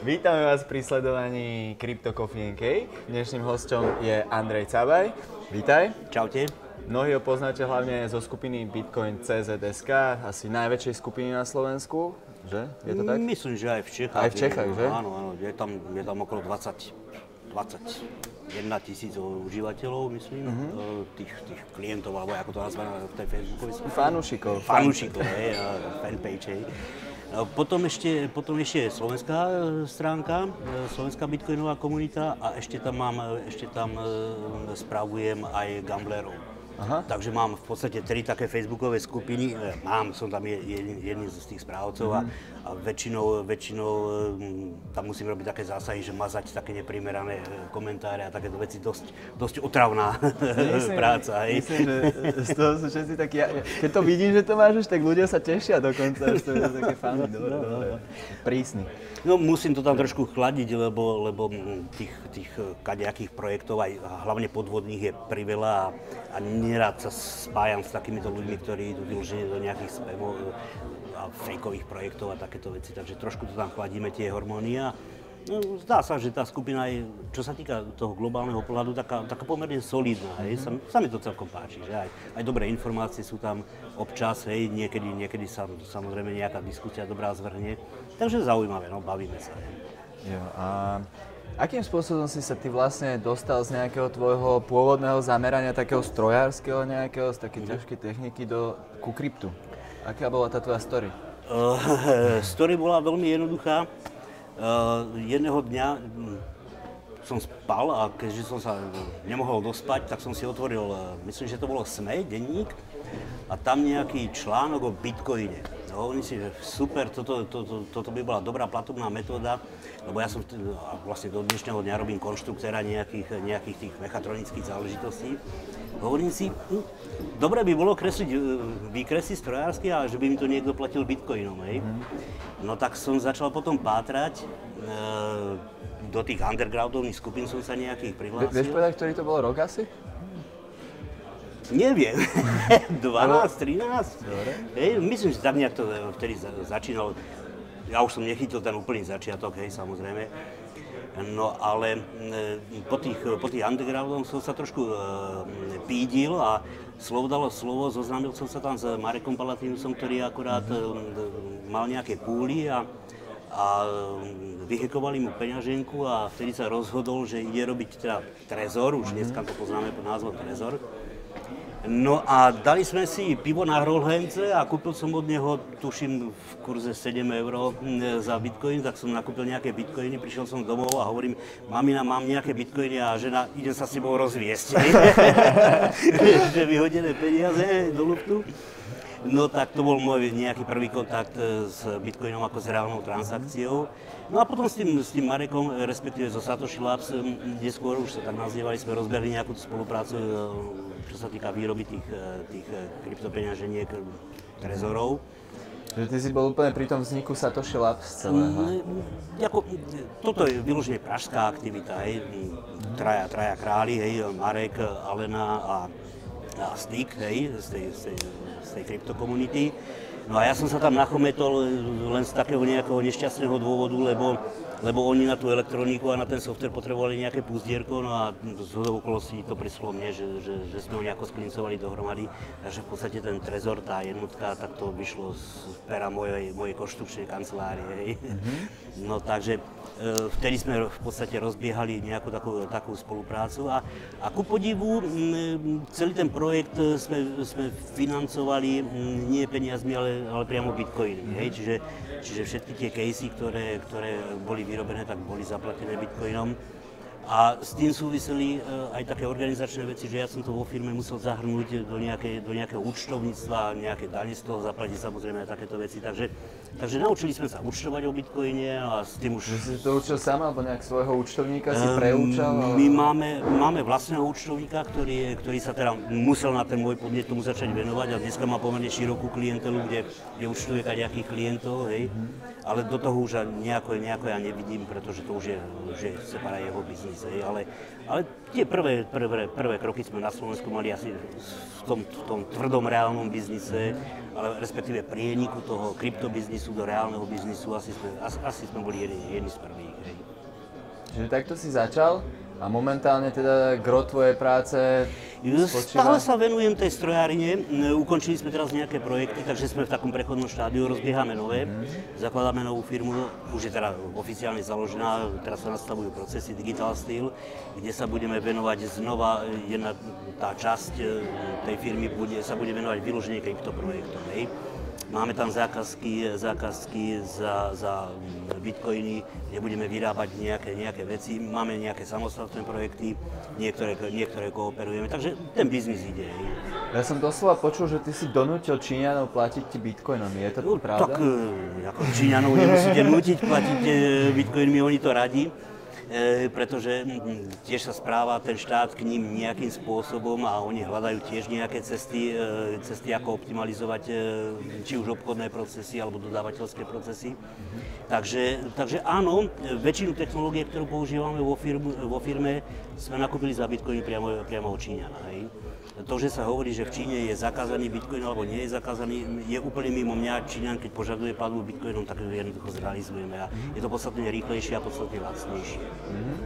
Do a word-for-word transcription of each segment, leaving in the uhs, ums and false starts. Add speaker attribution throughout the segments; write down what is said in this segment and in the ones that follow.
Speaker 1: Vítame vás pri sledovaní Crypto Coffee and Cake. Dnešným hosťom je Andrej Cabaj. Vítaj.
Speaker 2: Čaute.
Speaker 1: Mnohí ho poznáte hlavne zo skupiny Bitcoin C Z es ká, asi najväčšej skupiny na Slovensku, že? Je to tak?
Speaker 2: Myslím, že aj v Čechách.
Speaker 1: Aj v Čechách, že?
Speaker 2: Áno, áno, je tam, je tam okolo dvadsať, dvadsaťjeden tisíc užívateľov, myslím, uh-huh. tých, tých klientov, alebo ako to nazvané v tej Facebookovej skupine.
Speaker 1: Fanúšikov.
Speaker 2: Fanúšikov, hej, fanpage, hej. Potom ešte, potom ešte je slovenská stránka, slovenská bitcoinová komunita a ešte tam mám, ešte tam spravujem aj gamblerov. Aha. Takže mám v podstate tri také facebookové skupiny, mám, som tam jedný, jedný z tých správcov mm. a, a väčšinou, väčšinou tam musím robiť také zásahy, že mazať také neprimerané komentáre a takéto veci, dosť, dosť otravná myslím, práca. Hej.
Speaker 1: Myslím, že z toho sú všetci takí, ja, keď to vidím, že to máš už, tak ľudia sa tešia dokonca, že to je také fajn, dobre, dobre, prísny.
Speaker 2: No musím to tam trošku chladiť, lebo, lebo tých, tých kadejakých projektov, aj hlavne podvodných je priveľa a, a nerád sa spájam s takýmito ľuďmi, ktorí idú vyloženie do nejakých spamov a fejkových projektov a takéto veci, takže trošku to tam chladíme, tie hormóny a no, zdá sa, že tá skupina je, čo sa týka toho globálneho pohľadu, taká, taká pomerne solidná, hej, sa, sa mi to celkom páči, že aj, aj dobré informácie sú tam občas, hej, niekedy, niekedy sa samozrejme nejaká diskusia dobrá zvrhne, takže zaujímavé, no, bavíme sa, hej.
Speaker 1: Jo, a akým spôsobom si sa ty vlastne dostal z nejakého tvojho pôvodného zamerania, takého strojárskeho nejakého, z takej ťažkej techniky do, ku kryptu? Aká bola tá tvoja story?
Speaker 2: Uh, story bola veľmi jednoduchá. Uh, jedného dňa som spal a keďže som sa nemohol dospať, tak som si otvoril, myslím, že to bolo es em e, denník, a tam nejaký článok o bitcoine. No, oni si, že super, toto, to, to, toto by bola dobrá platobná metóda, lebo ja som vlastne do dnešného dňa robím konštruktéra nejakých, nejakých tých mechatronických záležitostí. Hovorím si, hm, dobre by bolo kresliť výkresy strojársky, ale že by mi to niekto platil bitcoinom, hej. Mm. No tak som začal potom pátrať, e, do tých undergroundových skupín som sa nejakých prihlásil.
Speaker 1: Vieš povedať, ktorý to bol rok asi?
Speaker 2: Neviem, dvanásť, trinásť. Hej, myslím, že tak nejak to vtedy začínalo. Ja už som nechytil ten úplný začiatok, hej, samozrejme. No ale po tých, po tých undergroundoch som sa trošku e, pídil a slovo dalo slovo, zoznámil som sa tam s Marekom Palatínusom, ktorý akorát e, mal nejaké púly a, a vyhekovali mu peňaženku a vtedy sa rozhodol, že ide robiť teda trezor, už dneska to poznáme pod názvom trezor. No a dali sme si pivo na Hrolhence a kúpil som od neho, tuším, v kurze sedem eur za bitcoin, tak som nakúpil nejaké bitcoiny, prišiel som domov a hovorím, mamina, mám nejaké bitcoiny a žena, idem sa s tebou rozviesť. Že vyhodené peniaze do luftu. No tak to bol môj nejaký prvý kontakt s bitcoinom ako s reálnou transakciou. No a potom s tým, s tým Marekom, respektíve so Satoshi Labs, neskôr už sa tak nazývali, sme rozbehli nejakú spoluprácu, čo sa týka výroby tých, tých kryptopeňaženiek, trezorov.
Speaker 1: Že ty si bol úplne pri tom vzniku Satoshi Labs celého.
Speaker 2: Jako, toto je vyložene pražská aktivita, hej. Traja, traja králi, hej, Marek, Alena a, a Stig, hej, z tej, z tej, z tej kryptokomunity. No a ja som sa tam nachometol len z takého nejakého nešťastného dôvodu, lebo, lebo oni na tú elektroniku a na ten software potrebovali nejaké púzdierko, no a z hodou okolností to prišlo mne, že, že, že sme ho nejako sklincovali dohromady, takže v podstate ten trezor, tá jednotka, tak to vyšlo z pera mojej, mojej konštrukčnej kancelárie, hej. Mm-hmm. No takže e, vtedy sme v podstate rozbiehali nejakú takú, takú spoluprácu a, a ku podivu m, celý ten projekt sme, sme financovali m, nie peniazmi, ale, ale priamo bitcoiny, hej. Čiže, čiže všetky tie casey, ktoré, ktoré boli vyrobené, tak boli zaplatené bitcoinom. A s tým súviseli aj také organizačné veci, že ja som to vo firme musel zahrnúť do, nejaké, do nejakého účtovníctva, nejaké dane z toho zaplatiť, samozrejme aj takéto veci. Takže, takže naučili sme sa účtovať o bitcoine a s tým už...
Speaker 1: Že si to učil sám, alebo nejak svojho účtovníka si preúčal?
Speaker 2: Um, my máme, máme vlastného účtovníka, ktorý, je, ktorý sa teda musel na ten môj podnet tomu začať venovať a dneska má pomerne širokú klientelu, kde, kde účtuje kadejakých klientov, hej. Mm. Ale do toho už nejako, nejako ja nevidím, pretože to už je, už je separá jeho biznis. ísť, hej, ale, ale tie prvé, prvé, prvé kroky sme na Slovensku mali asi v tom, v tom tvrdom reálnom biznise, ale respektíve prieniku toho kryptobiznisu do reálneho biznisu, asi sme, asi, asi sme boli jedni, jedni z prvých. Hej.
Speaker 1: Čiže takto si začal a momentálne teda gro tvojej práce spočíva?
Speaker 2: Stále sa venujem tej strojárine, ukončili sme teraz nejaké projekty, takže sme v takom prechodnom štádiu, rozbiehame nové, mm. zakladáme novú firmu, už je teda oficiálne založená, teraz sa nastavujú procesy Digital Steel, kde sa budeme venovať znova, jedna tá časť tej firmy bude, sa bude venovať vyloženie kryptoprojektom. Hej. Máme tam zákazky, zákazky za, za bitcoiny, kde budeme vyrábať nejaké, nejaké veci. Máme nejaké samostatné projekty, niektoré, niektoré kooperujeme, takže ten biznis ide.
Speaker 1: Ja som doslova počul, že ty si donútil Číňanov platiť ti bitcoinami, je to no, pravda?
Speaker 2: Tak ako Číňanov nemusíte nútiť platiť bitcoinmi, oni to radi. E, pretože tiež sa správa ten štát k ním nejakým spôsobom a oni hľadajú tiež nejaké cesty, e, cesty ako optimalizovať e, či už obchodné procesy alebo dodávateľské procesy. Mm-hmm. Takže, takže áno, väčšinu technológie, ktorú používame vo, firmu, vo firme, sme nakúpili za bitcoiny priamo, priamo od Číňana. Hej. To, že sa hovorí, že v Číne je zakázaný bitcoin alebo nie je zakázaný, je úplne mimo mňa. Číňan, keď požaduje platbu bitcoinom, tak ju jednoducho zrealizujeme a je to podstatne rýchlejšie a podstatne lacnejšie. Mm-hmm.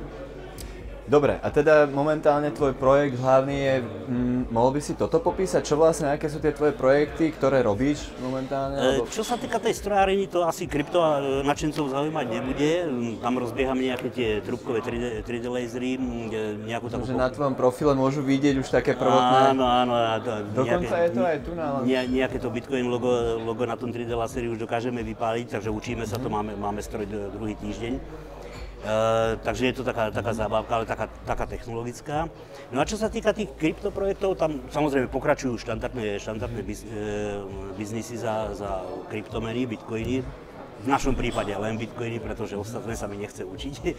Speaker 1: Dobre, a teda momentálne tvoj projekt hlavný je, mm, mohol by si toto popísať? Čo vlastne, aké sú tie tvoje projekty, ktoré robíš momentálne?
Speaker 2: Alebo... Čo sa týka tej strojárení, to asi krypto a nadšencov zaujímať nebude. Tam rozbiehame nejaké tie trúbkové tri dé lasery, nejakú takú...
Speaker 1: Že na tvojom profile môžu vidieť už také prvotné...
Speaker 2: Áno, áno.
Speaker 1: Dokonca nejaké, je to aj tu na...
Speaker 2: Nejaké to Bitcoin logo, logo na tom tri dé laseri už dokážeme vypáliť, takže učíme sa to, máme, máme stroj druhý týždeň. Uh, takže je to taká, taká zábavka, ale taká, taká technologická. No a čo sa týka tých kryptoprojektov, tam samozrejme pokračujú štandardné, štandardné biz, e, biznisy za, za kryptomeny, bitcoiny. V našom prípade len bitcoiny, pretože ostatné sa mi nechce učiť. E,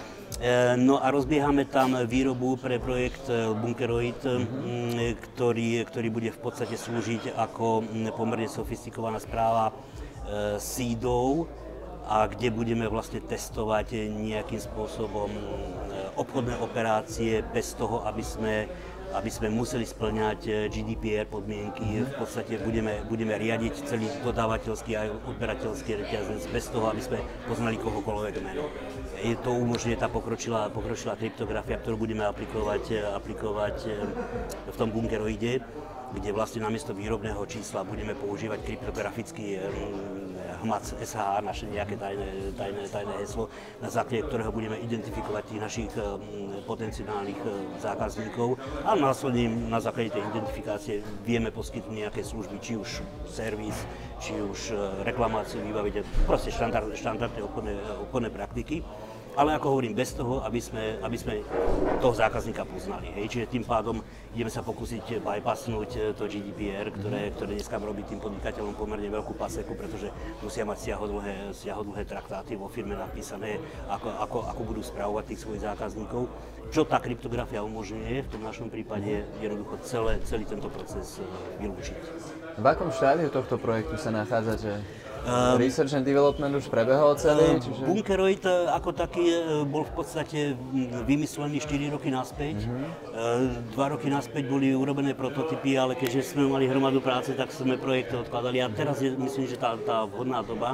Speaker 2: no a rozbiehame tam výrobu pre projekt Bunkeroid, mm-hmm. ktorý, ktorý bude v podstate slúžiť ako pomerne sofistikovaná správa e, seedov, a kde budeme vlastne testovať nejakým spôsobom obchodné operácie bez toho, aby sme, aby sme museli spĺňať G D P R podmienky. V podstate budeme, budeme riadiť celý dodávateľský a odberateľský reťazec bez toho, aby sme poznali kohokoľvek meno. Je to umožňuje tá pokročilá, pokročilá kryptografia, ktorú budeme aplikovať, aplikovať v tom Bunkeroide, kde vlastne namiesto výrobného čísla budeme používať kryptografický hmac es há á, naše nejaké tajné, tajné, tajné heslo, na základe ktorého budeme identifikovať tých našich potenciálnych zákazníkov a následne na základe tej identifikácie vieme poskytnúť nejaké služby, či už servis, či už reklamáciu vybaviť, proste štandard, štandardné obchodné, obchodné praktiky. Ale ako hovorím, bez toho, aby sme, aby sme toho zákazníka poznali. Hej. Čiže tým pádom ideme sa pokúsiť bypassnúť to G D P R, ktoré, ktoré dneska robí tým podnikateľom pomerne veľkú paseku, pretože musia mať siahodlhé, siahodlhé traktáty vo firme napísané, ako, ako, ako budú spravovať tých svojich zákazníkov. Čo tá kryptografia umožňuje, v tom našom prípade jednoducho celé, celý tento proces vylúčiť.
Speaker 1: V akom štádiu tohto projektu sa nachádzate? Um, Research and development už prebehol celý? Čiže... Bunkeroid
Speaker 2: ako taký bol v podstate vymyslený štyri roky naspäť. Uh-huh. Dva roky naspäť boli urobené prototypy, ale keďže sme mali hromadu práce, tak sme projekt odkladali. A teraz je, myslím, že tá, tá vhodná doba.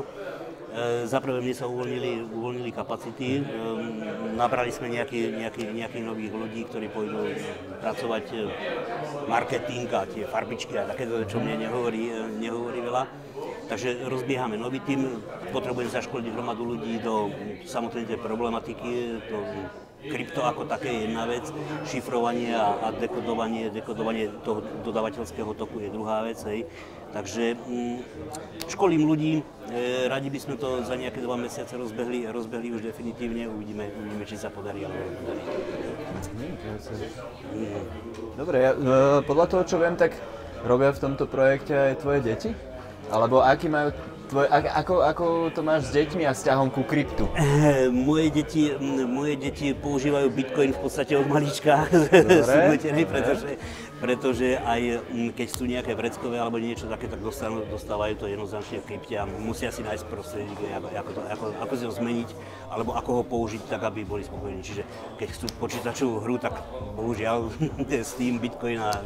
Speaker 2: Za prvé mne sa uvoľnili, uvoľnili kapacity, nabrali sme nejaký, nejaký, nejakých nových ľudí, ktorí pôjdu pracovať marketing a tie farbičky a takéto, čo mne nehovorí, nehovorí veľa. Takže rozbiehame nový tím, potrebujem zaškoliť hromadu ľudí do samotnej tej problematiky, to krypto ako také je jedna vec, šifrovanie a, a dekodovanie, dekodovanie toho dodávateľského toku je druhá vec. Hej. Takže mm, školím ľudí, e, radi by sme to za nejaké dva mesiace rozbehli, rozbehli už definitívne, uvidíme, uvidíme, či sa podarí alebo nepodarí.
Speaker 1: Dobre, ja, no, podľa toho, čo viem, tak robia v tomto projekte aj tvoje deti? Alebo aký majú tvoj, ako, ako to máš s deťmi a vzťahom ku kryptu?
Speaker 2: Moje deti, moje deti používajú Bitcoin v podstate od malička, pretože, pretože aj keď sú nejaké vreckové alebo niečo také, tak dostanú, dostávajú to jednoznačne v krypte a musia si nájsť prostredie, ako, ako, to, ako, ako si ho zmeniť, alebo ako ho použiť tak, aby boli spokojní. Čiže keď chcú počítačovú hru, tak bohužiaľ Steam, Bitcoin a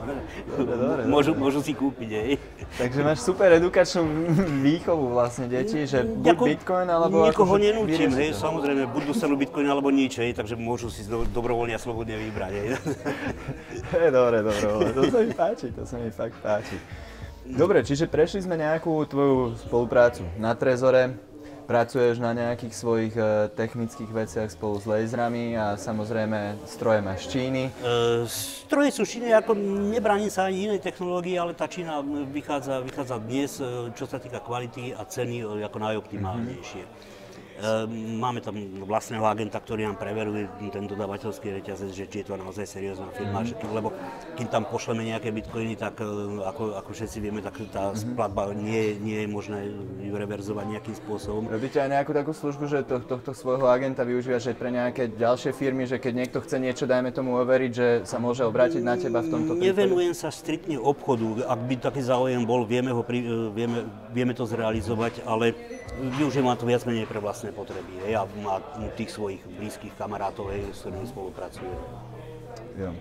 Speaker 2: môžu, môžu si kúpiť. Hej.
Speaker 1: Takže máš super edukačnú výchovu vlastne detí, že buď
Speaker 2: Ako,
Speaker 1: Bitcoin alebo...
Speaker 2: Nikoho
Speaker 1: akože
Speaker 2: nenúčim, hej, samozrejme, buď dostanú Bitcoin alebo nič, hej, takže môžu si do, dobrovoľne a slobodne vybrať. Hej.
Speaker 1: Dobre, dobre, to sa mi páči, to sa mi fakt páči. Dobre, čiže prešli sme nejakú tvoju spoluprácu na Trezore, pracuješ na nejakých svojich uh, technických veciach spolu s laserami a samozrejme stroje máš z Číny.
Speaker 2: Uh, stroje sú z Číny, ako nebránim sa ani inej technológii, ale tá Čína vychádza, vychádza dnes, čo sa týka kvality a ceny, ako najoptimálnejšie. Mm-hmm. Máme tam vlastného agenta, ktorý nám preveruje ten dodávateľský reťazec, že či je to naozaj seriózna firma, mm-hmm. že, lebo kým tam pošleme nejaké bitcoiny, tak ako, ako všetci vieme, tak tá platba nie, nie je možné ju reverzovať nejakým spôsobom.
Speaker 1: Robíte aj nejakú takú službu, že to, tohto svojho agenta využívaš aj pre nejaké ďalšie firmy, že keď niekto chce niečo, dajme tomu overiť, že sa môže obrátiť na teba v tomto prípade?
Speaker 2: Nevenujem sa striktne obchodu, ak by taký záujem bol, vieme, ho pri, vieme, vieme to zrealizovať, ale využijem to viac menej pre vlastné potreby, hej, a má tých svojich blízkych kamarátov, hej, s ktorými spolupracuje.
Speaker 1: Jo.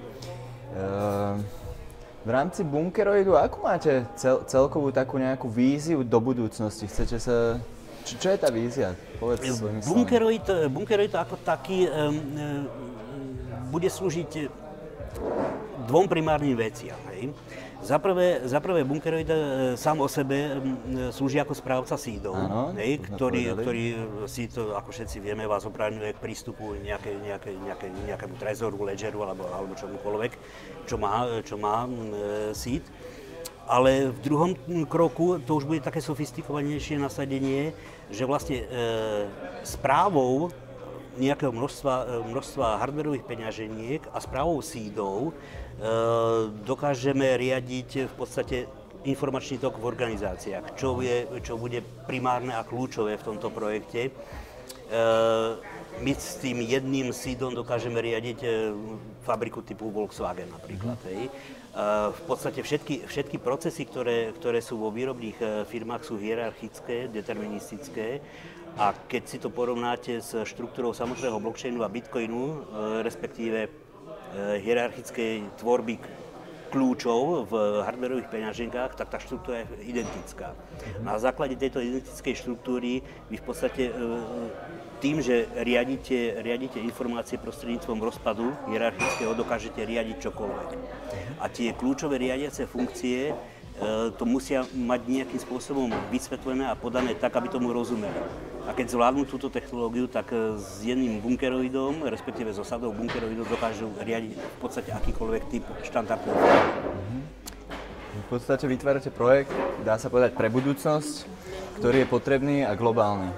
Speaker 1: Ehm, v rámci Bunkeroidu, akú máte cel, celkovú takú nejakú víziu do budúcnosti? Chcete sa... Čo, čo je tá vízia? Povedz svojimi slovami.
Speaker 2: Bunkeroid, Bunkeroid ako taký um, um, bude slúžiť dvom primárnym veciam, hej. Za prvé, za prvé Bunkeroid sám o sebe slúži ako správca sídov, áno, hej, ktorý, ktorý si to, ako všetci vieme, vás opravňuje k prístupu nejaké, nejaké, nejaké, nejakému trezoru, ledgeru alebo, alebo čomukoľvek, čo má, čo má e, síd. Ale v druhom kroku to už bude také sofistikovanejšie nasadenie, že vlastne e, správou nejakého množstva, množstva hardwarových peňaženiek a správou sídov dokážeme riadiť v podstate informačný tok v organizáciách, čo, je, čo bude primárne a kľúčové v tomto projekte. My s tým jedným sídom dokážeme riadiť fabriku typu Volkswagen napríklad. Mm-hmm. V podstate všetky, všetky procesy, ktoré, ktoré sú vo výrobných firmách, sú hierarchické, deterministické. A keď si to porovnáte s štruktúrou samotného blockchainu a bitcoinu, respektíve hierarchickej tvorby kľúčov v hardwarových peňaženkách, tak tá štruktúra je identická. Na základe tejto identickej štruktúry vy v podstate tým, že riadite, riadite informácie prostredníctvom rozpadu hierarchického, dokážete riadiť čokoľvek. A tie kľúčové riadiace funkcie to musia mať nejakým spôsobom vysvetlené a podané tak, aby tomu rozumeli. A keď zvládnu túto technológiu, tak s jedným bunkeroidom, respektíve so sadou bunkeroidov dokážu riadiť v podstate akýkoľvek typ štandardného. Mm-hmm.
Speaker 1: V podstate vytvárate projekt, dá sa povedať, pre budúcnosť, ktorý je potrebný a globálny.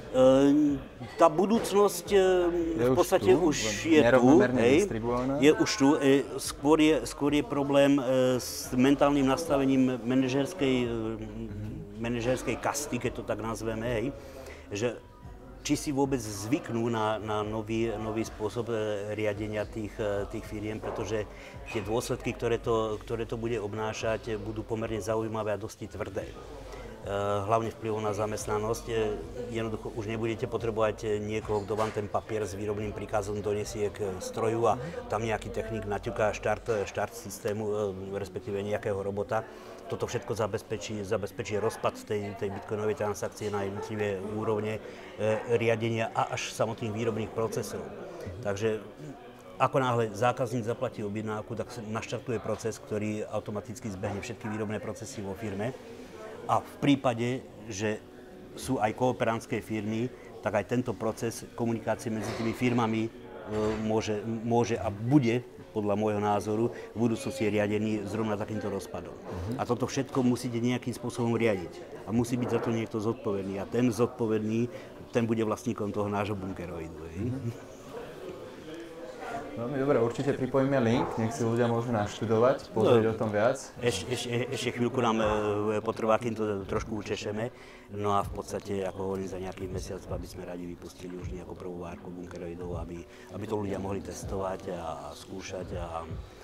Speaker 2: Tá budúcnosť je v podstate už, už je tu, hej, je už tu. Skôr je, skôr je problém s mentálnym nastavením manažerskej, mm-hmm. manažerskej kasty, keď to tak nazveme, hej, že či si vôbec zvyknú na, na nový, nový spôsob riadenia tých, tých firiem, pretože tie dôsledky, ktoré to, ktoré to bude obnášať, budú pomerne zaujímavé a dosti tvrdé. Hlavne vplyvom na zamestnanosť. Jednoducho už nebudete potrebovať niekoho, kto vám ten papier s výrobným príkazom donesie k stroju a tam nejaký technik naťuká štart, štart systému, respektíve nejakého robota. Toto všetko zabezpečí, zabezpečí rozpad tej, tej bitcoinovej transakcie na jednotlivé úrovne e, riadenia a až samotných výrobných procesov. Takže ako náhle zákazník zaplatí objednávku, tak naštartuje proces, ktorý automaticky zbehne všetky výrobné procesy vo firme. A v prípade, že sú aj kooperantské firmy, tak aj tento proces komunikácie medzi tými firmami e, môže, môže a bude, podľa môjho názoru, v budúcnosti je riadený zrovna takýmto rozpadom. Uh-huh. A toto všetko musíte nejakým spôsobom riadiť. A musí byť za to niekto zodpovedný. A ten zodpovedný, ten bude vlastníkom toho nášho bunkeroidu. Uh-huh.
Speaker 1: Veľmi dobre, určite pripojíme link, nech si ľudia môžu naštudovať, pozrieť no, o tom viac.
Speaker 2: Eš, eš, ešte chvíľku nám e, potrvá, kým to trošku učešeme. No a v podstate, ako hovorím, za nejaký mesiac by sme radi vypustili už nejakú prvú várku bunkeroidov, aby, aby to ľudia mohli testovať a, a skúšať a,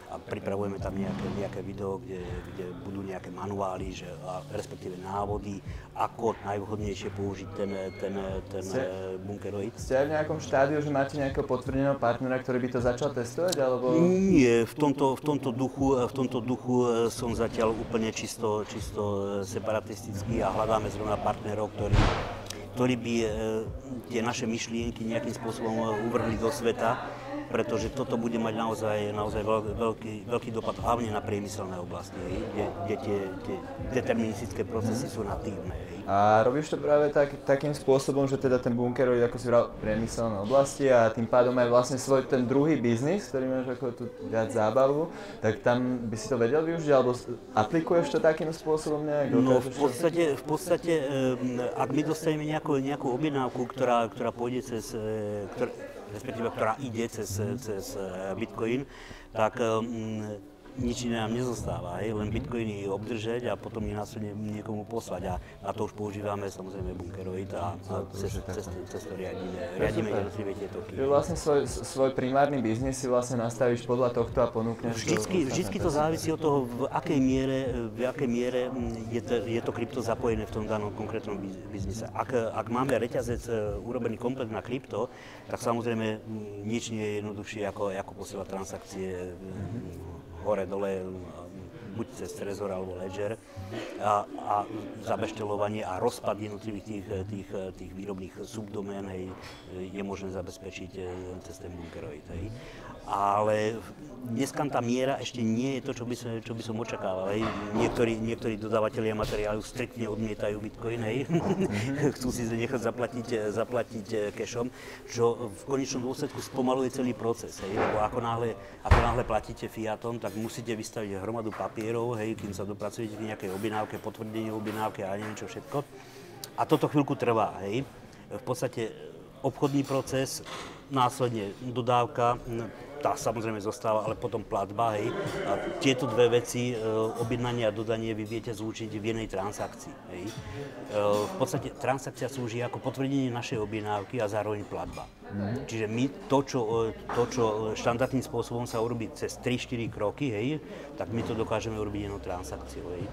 Speaker 2: a pripravujeme tam nejaké, nejaké video, kde, kde budú nejaké manuály, že, a respektíve návody, ako najvhodnejšie použiť ten, ten, ten ste, bunkeroid.
Speaker 1: Ste aj v nejakom štádiu, že máte nejakého potvrdeného partnera, ktorý by to začal testovať, alebo?
Speaker 2: Nie, v tomto, v tomto duchu, v tomto duchu som zatiaľ úplne čisto, čisto separatistický a hľadáme zrovna partnerov, ktorí, ktorí by tie naše myšlienky nejakým spôsobom uvrhli do sveta, pretože toto bude mať naozaj, naozaj veľký, veľký dopad hlavne na priemyselné oblasti, kde, kde tie, tie deterministické procesy sú natívne.
Speaker 1: A robíš to práve tak, takým spôsobom, že teda ten bunkeroid, ako si vral, priemyselné oblasti a tým pádom aj vlastne svoj ten druhý biznis, ktorý máš ako tu viac zábavu, tak tam by si to vedel využiť, alebo aplikuješ to takým spôsobom nejak?
Speaker 2: No v podstate, v podstate, ak my dostaneme nejakú, nejakú objednávku, ktorá, ktorá pôjde cez, ktorá, respektíve ktorá ide cez, cez Bitcoin, tak um, nič iné nám nezostáva, hej, len bitcoiny obdržať a potom ich následne niekomu poslať a na to už používame samozrejme bunkeroid a, a cez, cez, cez to riadíme, riadíme jednotlivé tie toky.
Speaker 1: Že vlastne svoj, svoj primárny biznis si vlastne nastavíš podľa tohto a ponúkneš
Speaker 2: vždycky, to? Vždycky to závisí od toho, v akej miere, v akej miere je to, je to krypto zapojené v tom danom konkrétnom biznise. Ak, ak máme reťazec urobený komplet na krypto, tak samozrejme nič nie je jednoduchšie ako, ako posielať transakcie hore, dole, buď cez Trezor alebo Ledger a, a zabeštelovanie a rozpad jednotlivých tých, tých, tých výrobných subdomén hej, je možné zabezpečiť cez ten bunkeroid. Hej. Ale dneska tá miera ešte nie je to, čo by som, čo by som očakával. Hej. Niektorí, niektorí dodávateľia materiálu striktne odmietajú Bitcoin, hej. Chcú si nechať zaplatiť, zaplatiť cashom, čo v konečnom dôsledku spomaluje celý proces. Hej. Lebo ako náhle, ako náhle platíte fiatom, tak musíte vystaviť hromadu papierov, hej, kým sa dopracujete k nejakej objednávke, potvrdenie objednávky a neviem čo všetko. A toto chvíľku trvá. Hej. V podstate obchodný proces, následne dodávka, tá samozrejme zostáva, ale potom platba, hej. A tieto dve veci, objednanie a dodanie, vy viete zlúčiť v jednej transakcii, hej. V podstate transakcia slúži ako potvrdenie našej objednávky a zároveň platba. Mm. Čiže my to čo, to, čo štandardným spôsobom sa urobí cez tri štyri kroky, hej, tak my to dokážeme urobiť jednou transakciou, hej.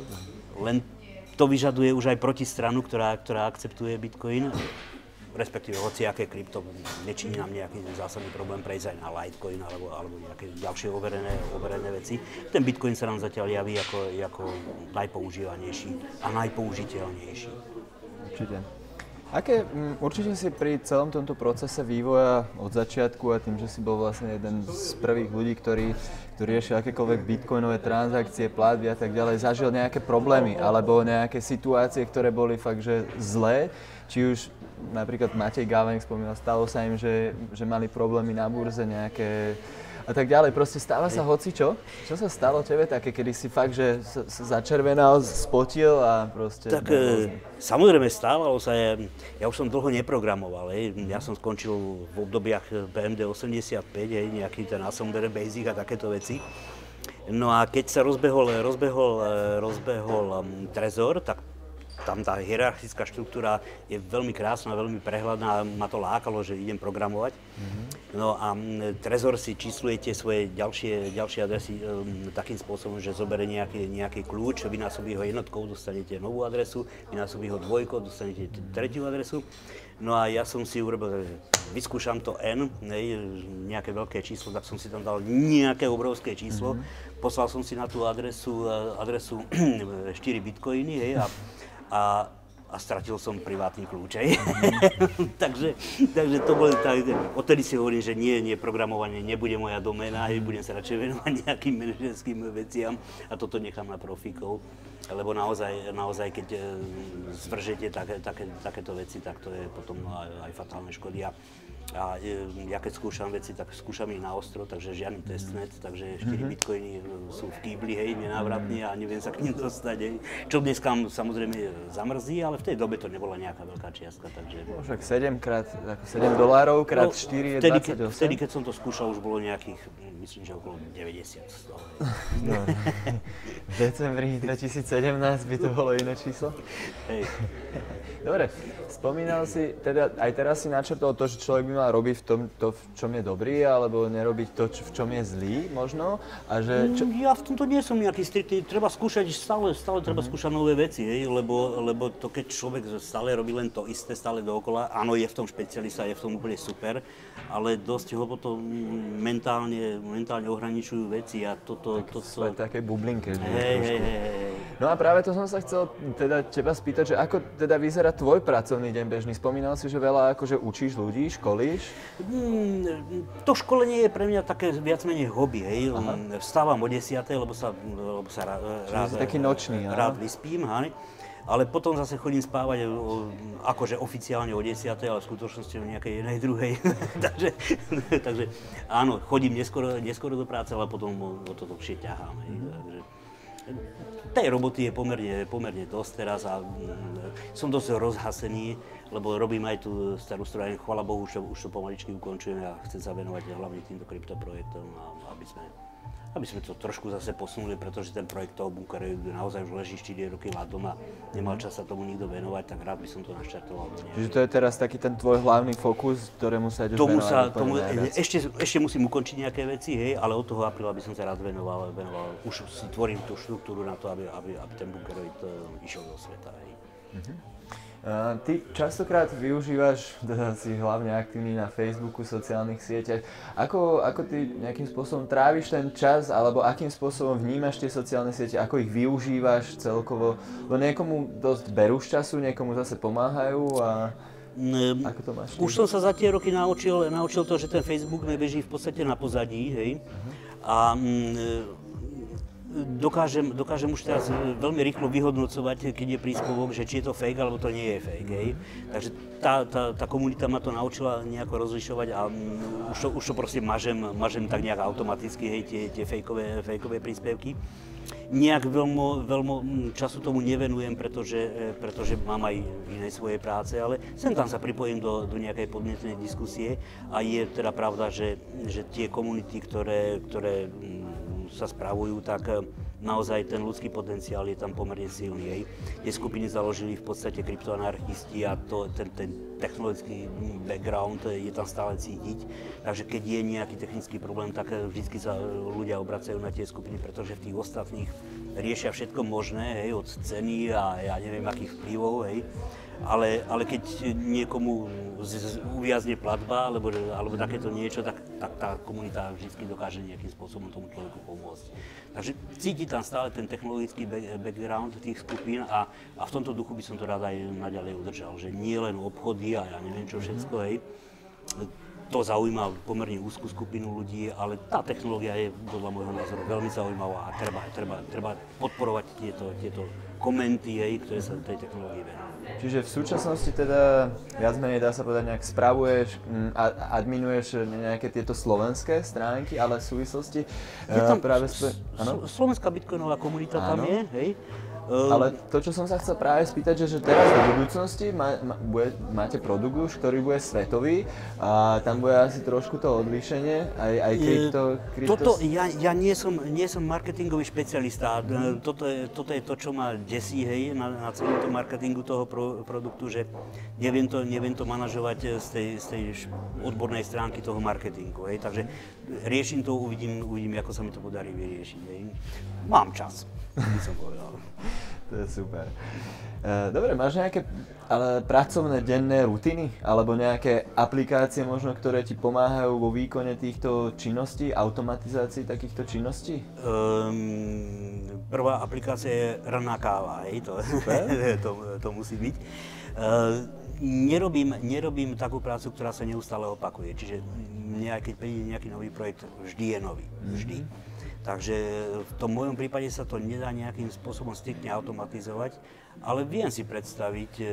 Speaker 2: Len to vyžaduje už aj protistranu, ktorá, ktorá akceptuje Bitcoin, respektíve hociaké krypto, nečiní nám nejaký zásadný problém prejsť aj na Litecoin alebo, alebo nejaké ďalšie overené, overené veci. Ten Bitcoin sa nám zatiaľ javí ako, ako najpoužívanejší a najpoužiteľnejší.
Speaker 1: Určite. Aké, určite si pri celom tomto procese vývoja od začiatku a tým, že si bol vlastne jeden z prvých ľudí, ktorí, ktorí riešil akékoľvek bitcoinové transakcie, platby a tak ďalej, zažil nejaké problémy alebo nejaké situácie, ktoré boli fakt že zlé, či už napríklad Matej Gávenk spomínal, stalo sa im, že, že mali problémy na burze nejaké a tak ďalej. Proste stáva sa hocičo. Čo sa stalo tebe také, kedy si fakt, že sa, sa začervenal, spotil a proste...
Speaker 2: Tak e, samozrejme stávalo sa, ja, ja už som dlho neprogramoval, hej. Ja som skončil v obdobiach bé em dé osemdesiatpäť, hej, nejaký ten Assembler Basic a takéto veci. No a keď sa rozbehol, rozbehol, rozbehol um, Trezor, tak tam tá hierarchická štruktúra je veľmi krásna, veľmi prehľadná, ma to lákalo, že idem programovať. Mm-hmm. No a Trezor si číslujete svoje ďalšie, ďalšie adresy um, takým spôsobom, že zoberie nejaký, nejaký kľúč, vynásobí ho jednotkou, dostanete novú adresu, vynásobí ho dvojkou, dostanete tretiu adresu. No a ja som si urobil, vyskúšam to N, ne, nejaké veľké číslo, tak som si tam dal nejaké obrovské číslo. Mm-hmm. Poslal som si na tú adresu, adresu štyri bitcoiny, hej, a A, a stratil som privátny kľúč. Mm. takže, takže to boli tak, odtedy si hovorím, že nie, nie, programovanie nebude moja doména, mm. budem sa radšej venovať nejakým manažerským veciam a toto nechám na profíkov, lebo naozaj, naozaj keď zvržete také, také, takéto veci, tak to je potom aj, aj fatálne škody. A, a ja keď skúšam veci, tak skúšam ich na ostro, takže žiadny testnet, takže štyri mm-hmm. bitcoiny sú v kýbli, hej, nenávratne a neviem sa k ním dostať, hej. Čo dneska samozrejme zamrzí, ale v tej dobe to nebola nejaká veľká čiastka, takže...
Speaker 1: No však sedem krát, ako sedem dolárov krát no, štyri je
Speaker 2: vtedy,
Speaker 1: dvadsaťosem.
Speaker 2: Vtedy, keď som to skúšal, už bolo nejakých, myslím, že okolo deväťdesiat z toho.
Speaker 1: No, v decembri dvetisícsedemnásť by to bolo iné číslo?
Speaker 2: Hej.
Speaker 1: Dobre, spomínal si, teda aj teraz si načrtol to, že človek by mal robiť v tom, to, v čom je dobrý, alebo nerobiť to, v čom je zlý možno. A že, čo...
Speaker 2: Ja v tomto nie som nejaký striktný, treba skúšať stále, stále treba mm-hmm. skúšať nové veci, hej, lebo, lebo to keď človek stále robí len to isté, stále dookola, áno, je v tom špecialista, je v tom úplne super, ale dosť ho potom mentálne, mentálne ohraničujú veci a toto...
Speaker 1: Tak
Speaker 2: to, to,
Speaker 1: to... také bublinke, že
Speaker 2: hej, hej, hej.
Speaker 1: No a práve to som sa chcel teda teba spýtať, že ako teda vyzerá tvoj pracovný deň bežný? Spomínal si, že veľa akože učíš ľudí, školíš?
Speaker 2: Hmm, to školenie je pre mňa také viac menej hobby, hej. Aha. Vstávam o desiatej, lebo sa, lebo sa rád, rád,
Speaker 1: taký nočný,
Speaker 2: rád vyspím, hej. Ale potom zase chodím spávať akože oficiálne o desiatej, ale v skutočnosti o nejakej jednej druhej. takže, takže áno, chodím neskoro, neskoro do práce, ale potom o, o to dlhšie ťahám. Hej. Takže, tej roboty je pomerne, pomerne dosť teraz a mm, som dosť rozhasený, lebo robím aj tú starú strojárňu, chvála Bohu, už to, už to pomaličky ukončujem a chcem sa venovať hlavne týmto kryptoprojektom, a, aby sme aby sme to trošku zase posunuli, pretože ten projekt toho bunkeru naozaj už leží štyri roky ľadom a nemal čas sa tomu nikto venovať, tak rád by som to naštartoval.
Speaker 1: Čiže to je teraz taký ten tvoj hlavný fokus, ktorému sa ideš
Speaker 2: tomu
Speaker 1: venovať?
Speaker 2: Sa, tomu, ešte, ešte musím ukončiť nejaké veci, hej, ale od toho apríla by som sa rád venoval, venoval. Už si tvorím tú štruktúru na to, aby, aby, aby ten bunker išiel do sveta. Hej. Uh-huh.
Speaker 1: Uh, ty častokrát využívaš, teda si hlavne aktívny na Facebooku, sociálnych sieťach. Ako, ako ty nejakým spôsobom tráviš ten čas, alebo akým spôsobom vnímaš tie sociálne siete, ako ich využívaš celkovo? Lebo niekomu dosť berú z času, niekomu zase pomáhajú a ako to máš?
Speaker 2: Už som sa za tie roky naučil, naučil to, že ten Facebook nebeží v podstate na pozadí, hej. Uh-huh. A mm, Dokážem, dokážem už teraz veľmi rýchlo vyhodnocovať, keď je príspevok, že či je to fake, alebo to nie je fake. Hej. Takže tá, tá, tá komunita ma to naučila nejako rozlišovať a um, už, to, už to proste mažem, mažem tak nejak automaticky, hej, tie, tie fejkové, fejkové príspevky. Nejak veľmi, veľmi času tomu nevenujem, pretože, pretože mám aj iné svoje práce, ale sem tam sa pripojím do, do nejakej podnetnej diskusie a je teda pravda, že, že tie komunity, ktoré, ktoré sa spravujú, tak naozaj ten ľudský potenciál je tam pomerne silný. Hej. Tie skupiny založili v podstate kryptoanarchisti a to, ten, ten technologický background je tam stále cítiť. Takže keď je nejaký technický problém, tak vždy sa ľudia obracajú na tie skupiny, pretože v tých ostatných riešia všetko možné, hej, od ceny a ja neviem akých vplyvov. Hej. Ale, ale keď niekomu z, z, uviazne platba alebo, alebo takéto niečo, tak, tak tá komunita vždy dokáže nejakým spôsobom tomu človeku pomôcť. Takže cíti tam stále ten technologický background tých skupín a, a v tomto duchu by som to rád aj naďalej udržal, že nie len obchody a ja neviem čo všetko, hej. To zaujíma pomerne úzkú skupinu ľudí, ale tá technológia je podľa môjho názoru veľmi zaujímavá a treba, treba, treba podporovať tieto, tieto komenty, hej, ktoré sa tej technológii venujú.
Speaker 1: Čiže v súčasnosti teda viac menej dá sa povedať nejak spravuješ a adminuješ nejaké tieto slovenské stránky, ale v súvislosti
Speaker 2: je tam
Speaker 1: práve...
Speaker 2: Sp- slovenská bitcoinová komunita tam je, hej.
Speaker 1: Ale to, čo som sa chcel práve spýtať, že, že teraz do budúcnosti má, má, bude, máte produkt už, ktorý bude svetový a tam bude asi trošku to odlíšenie, aj, aj krypto, krypto...
Speaker 2: Toto, ja, ja nie, som, nie som marketingový špecialista, mm. toto, je, toto je to, čo ma desí, hej, na, na celom tom marketingu toho pro, produktu, že neviem to, neviem to manažovať z tej, z tej odbornej stránky toho marketingu, hej, takže riešim to, uvidím, uvidím, ako sa mi to podarí vyriešiť, hej. Mám čas, by som povedal.
Speaker 1: To je super. Dobre, máš nejaké ale pracovné denné rutiny? Alebo nejaké aplikácie možno, ktoré ti pomáhajú vo výkone týchto činností, automatizácii takýchto činností?
Speaker 2: Um, prvá aplikácia je ranná káva, hej, to, to, to musí byť. Uh, nerobím, nerobím takú prácu, ktorá sa neustále opakuje, čiže keď príde nejaký nový projekt, vždy je nový, vždy. Mm-hmm. Takže v tom mojom prípade sa to nedá nejakým spôsobom striktne automatizovať, ale viem si predstaviť e,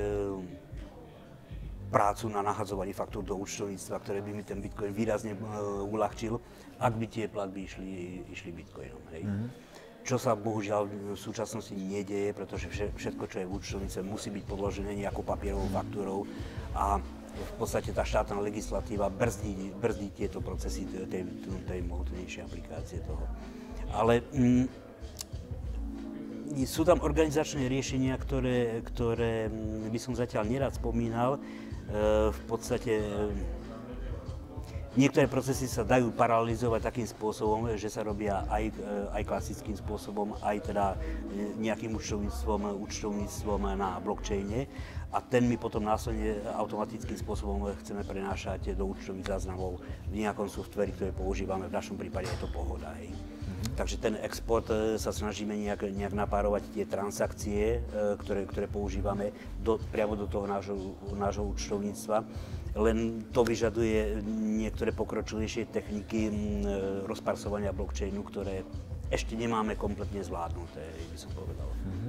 Speaker 2: prácu na nahadzovaní faktúr do účtovníctva, ktoré by mi ten Bitcoin výrazne e, uľahčil, ak by tie platby išli, išli Bitcoinom. Hej. Mm-hmm. Čo sa bohužiaľ v súčasnosti nedieje, pretože všetko, čo je v účtovníctve, musí byť podložené nejakou papierovou faktúrou a v podstate tá štátna legislatíva brzdí, brzdí tieto procesy tej, tej, tej mohutnejšej aplikácie toho. Ale mm, sú tam organizačné riešenia, ktoré, ktoré by som zatiaľ nerad spomínal. V podstate niektoré procesy sa dajú paralelizovať takým spôsobom, že sa robia aj, aj klasickým spôsobom, aj teda nejakým účtovníctvom, účtovníctvom na blockchaine. A ten my potom následne automatickým spôsobom chceme prenášať do účtových záznamov v nejakom softveri, ktoré používame. V našom prípade je to Pohoda. Hej. Takže ten export sa snažíme nejak, nejak napárovať tie transakcie, ktoré, ktoré používame do, priamo do toho nášho, nášho účtovníctva. Len to vyžaduje niektoré pokročilejšie techniky rozparsovania blockchainu, ktoré ešte nemáme kompletne zvládnuté, by som povedal.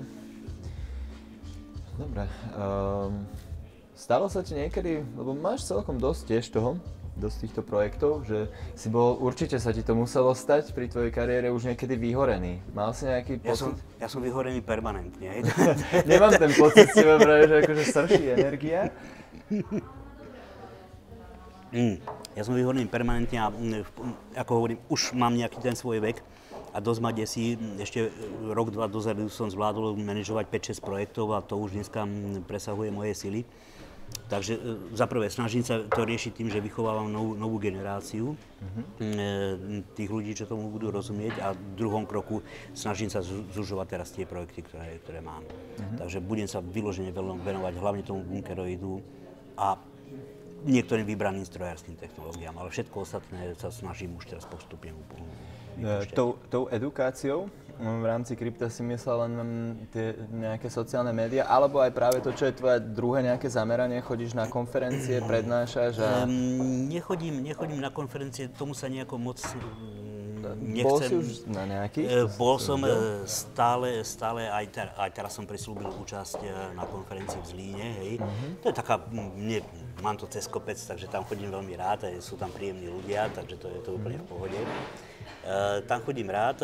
Speaker 1: Dobre. Um, stalo sa ti niekedy, lebo máš celkom dosť tiež toho, dosť týchto projektov, že si bol, určite sa ti to muselo stať pri tvojej kariére už niekedy vyhorený. Mal si nejaký pocit?
Speaker 2: Ja som, ja som vyhorený permanentne.
Speaker 1: Nemám ten pocit s teba práve, že akože srší energia.
Speaker 2: Mm, ja som vyhorený permanentne a ako hovorím, už mám nejaký ten svoj vek a dosť ma desí. Ešte rok, dva dozadu som zvládol manažovať päť šesť projektov a to už dneska presahuje moje sily. Takže za prvé snažím sa to riešiť tým, že vychovávam novú, novú generáciu uh-huh. tých ľudí, čo tomu budú rozumieť, a v druhom kroku snažím sa zužovať teraz tie projekty, ktoré, ktoré mám. Uh-huh. Takže budem sa vyložene venovať hlavne tomu bunkeroidu a niektorým vybraným strojárskym technológiám, ale všetko ostatné sa snažím už teraz postupne vypúšťať.
Speaker 1: Tou, tou edukáciou v rámci krypta si myslel len tie nejaké sociálne médiá, alebo aj práve to, čo je tvoje druhé nejaké zameranie, chodíš na konferencie, prednášaš a...
Speaker 2: Um, nechodím, nechodím na konferencie, tomu sa nejako moc nechcem.
Speaker 1: Bol si už na nejakých?
Speaker 2: Bol som stále, stále aj, ter, aj teraz som prislúbil účasť na konferencii v Zlíne, hej. Uh-huh. To je taká, mne, mám to cez kopec, takže tam chodím veľmi rád, sú tam príjemní ľudia, takže to je to úplne v pohode. Uh, tam chodím rád.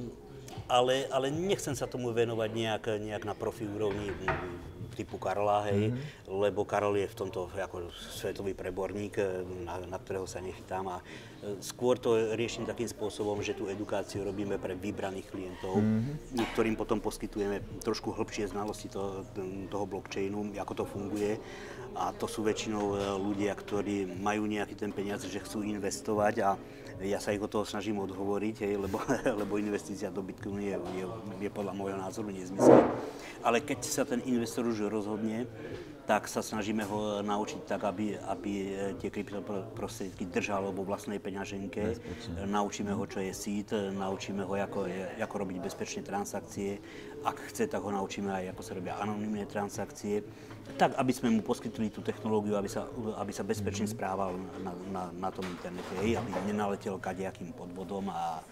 Speaker 2: Ale, ale nechcem sa tomu venovať nejak, nejak na profi úrovni typu Karla, hej, mm-hmm. lebo Karol je v tomto ako svetový preborník, na, na ktorého sa nechytám, a skôr to riešim takým spôsobom, že tú edukáciu robíme pre vybraných klientov, mm-hmm. ktorým potom poskytujeme trošku hĺbšie znalosti toho, toho blockchainu, ako to funguje, a to sú väčšinou ľudia, ktorí majú nejaký ten peniaz, že chcú investovať, a ja sa ich od toho snažím odhovoriť, hej, lebo, lebo investícia do Bitcoinu je, je, je podľa môjho názoru nezmysel. Ale keď sa ten investor už rozhodne, tak sa snažíme ho naučiť tak, aby, aby tie kryptoprostriedky držal vo vlastnej peňaženke. Bezpečne. Naučíme ho, čo je seed, naučíme ho, ako, ako robiť bezpečné transakcie. Ak chce, tak ho naučíme aj, ako sa robia anonymné transakcie. Tak, aby sme mu poskytli tú technológiu, aby sa, aby sa bezpečne správal na, na, na tom internete, hej, aby nenaletel kadejakým podvodom a,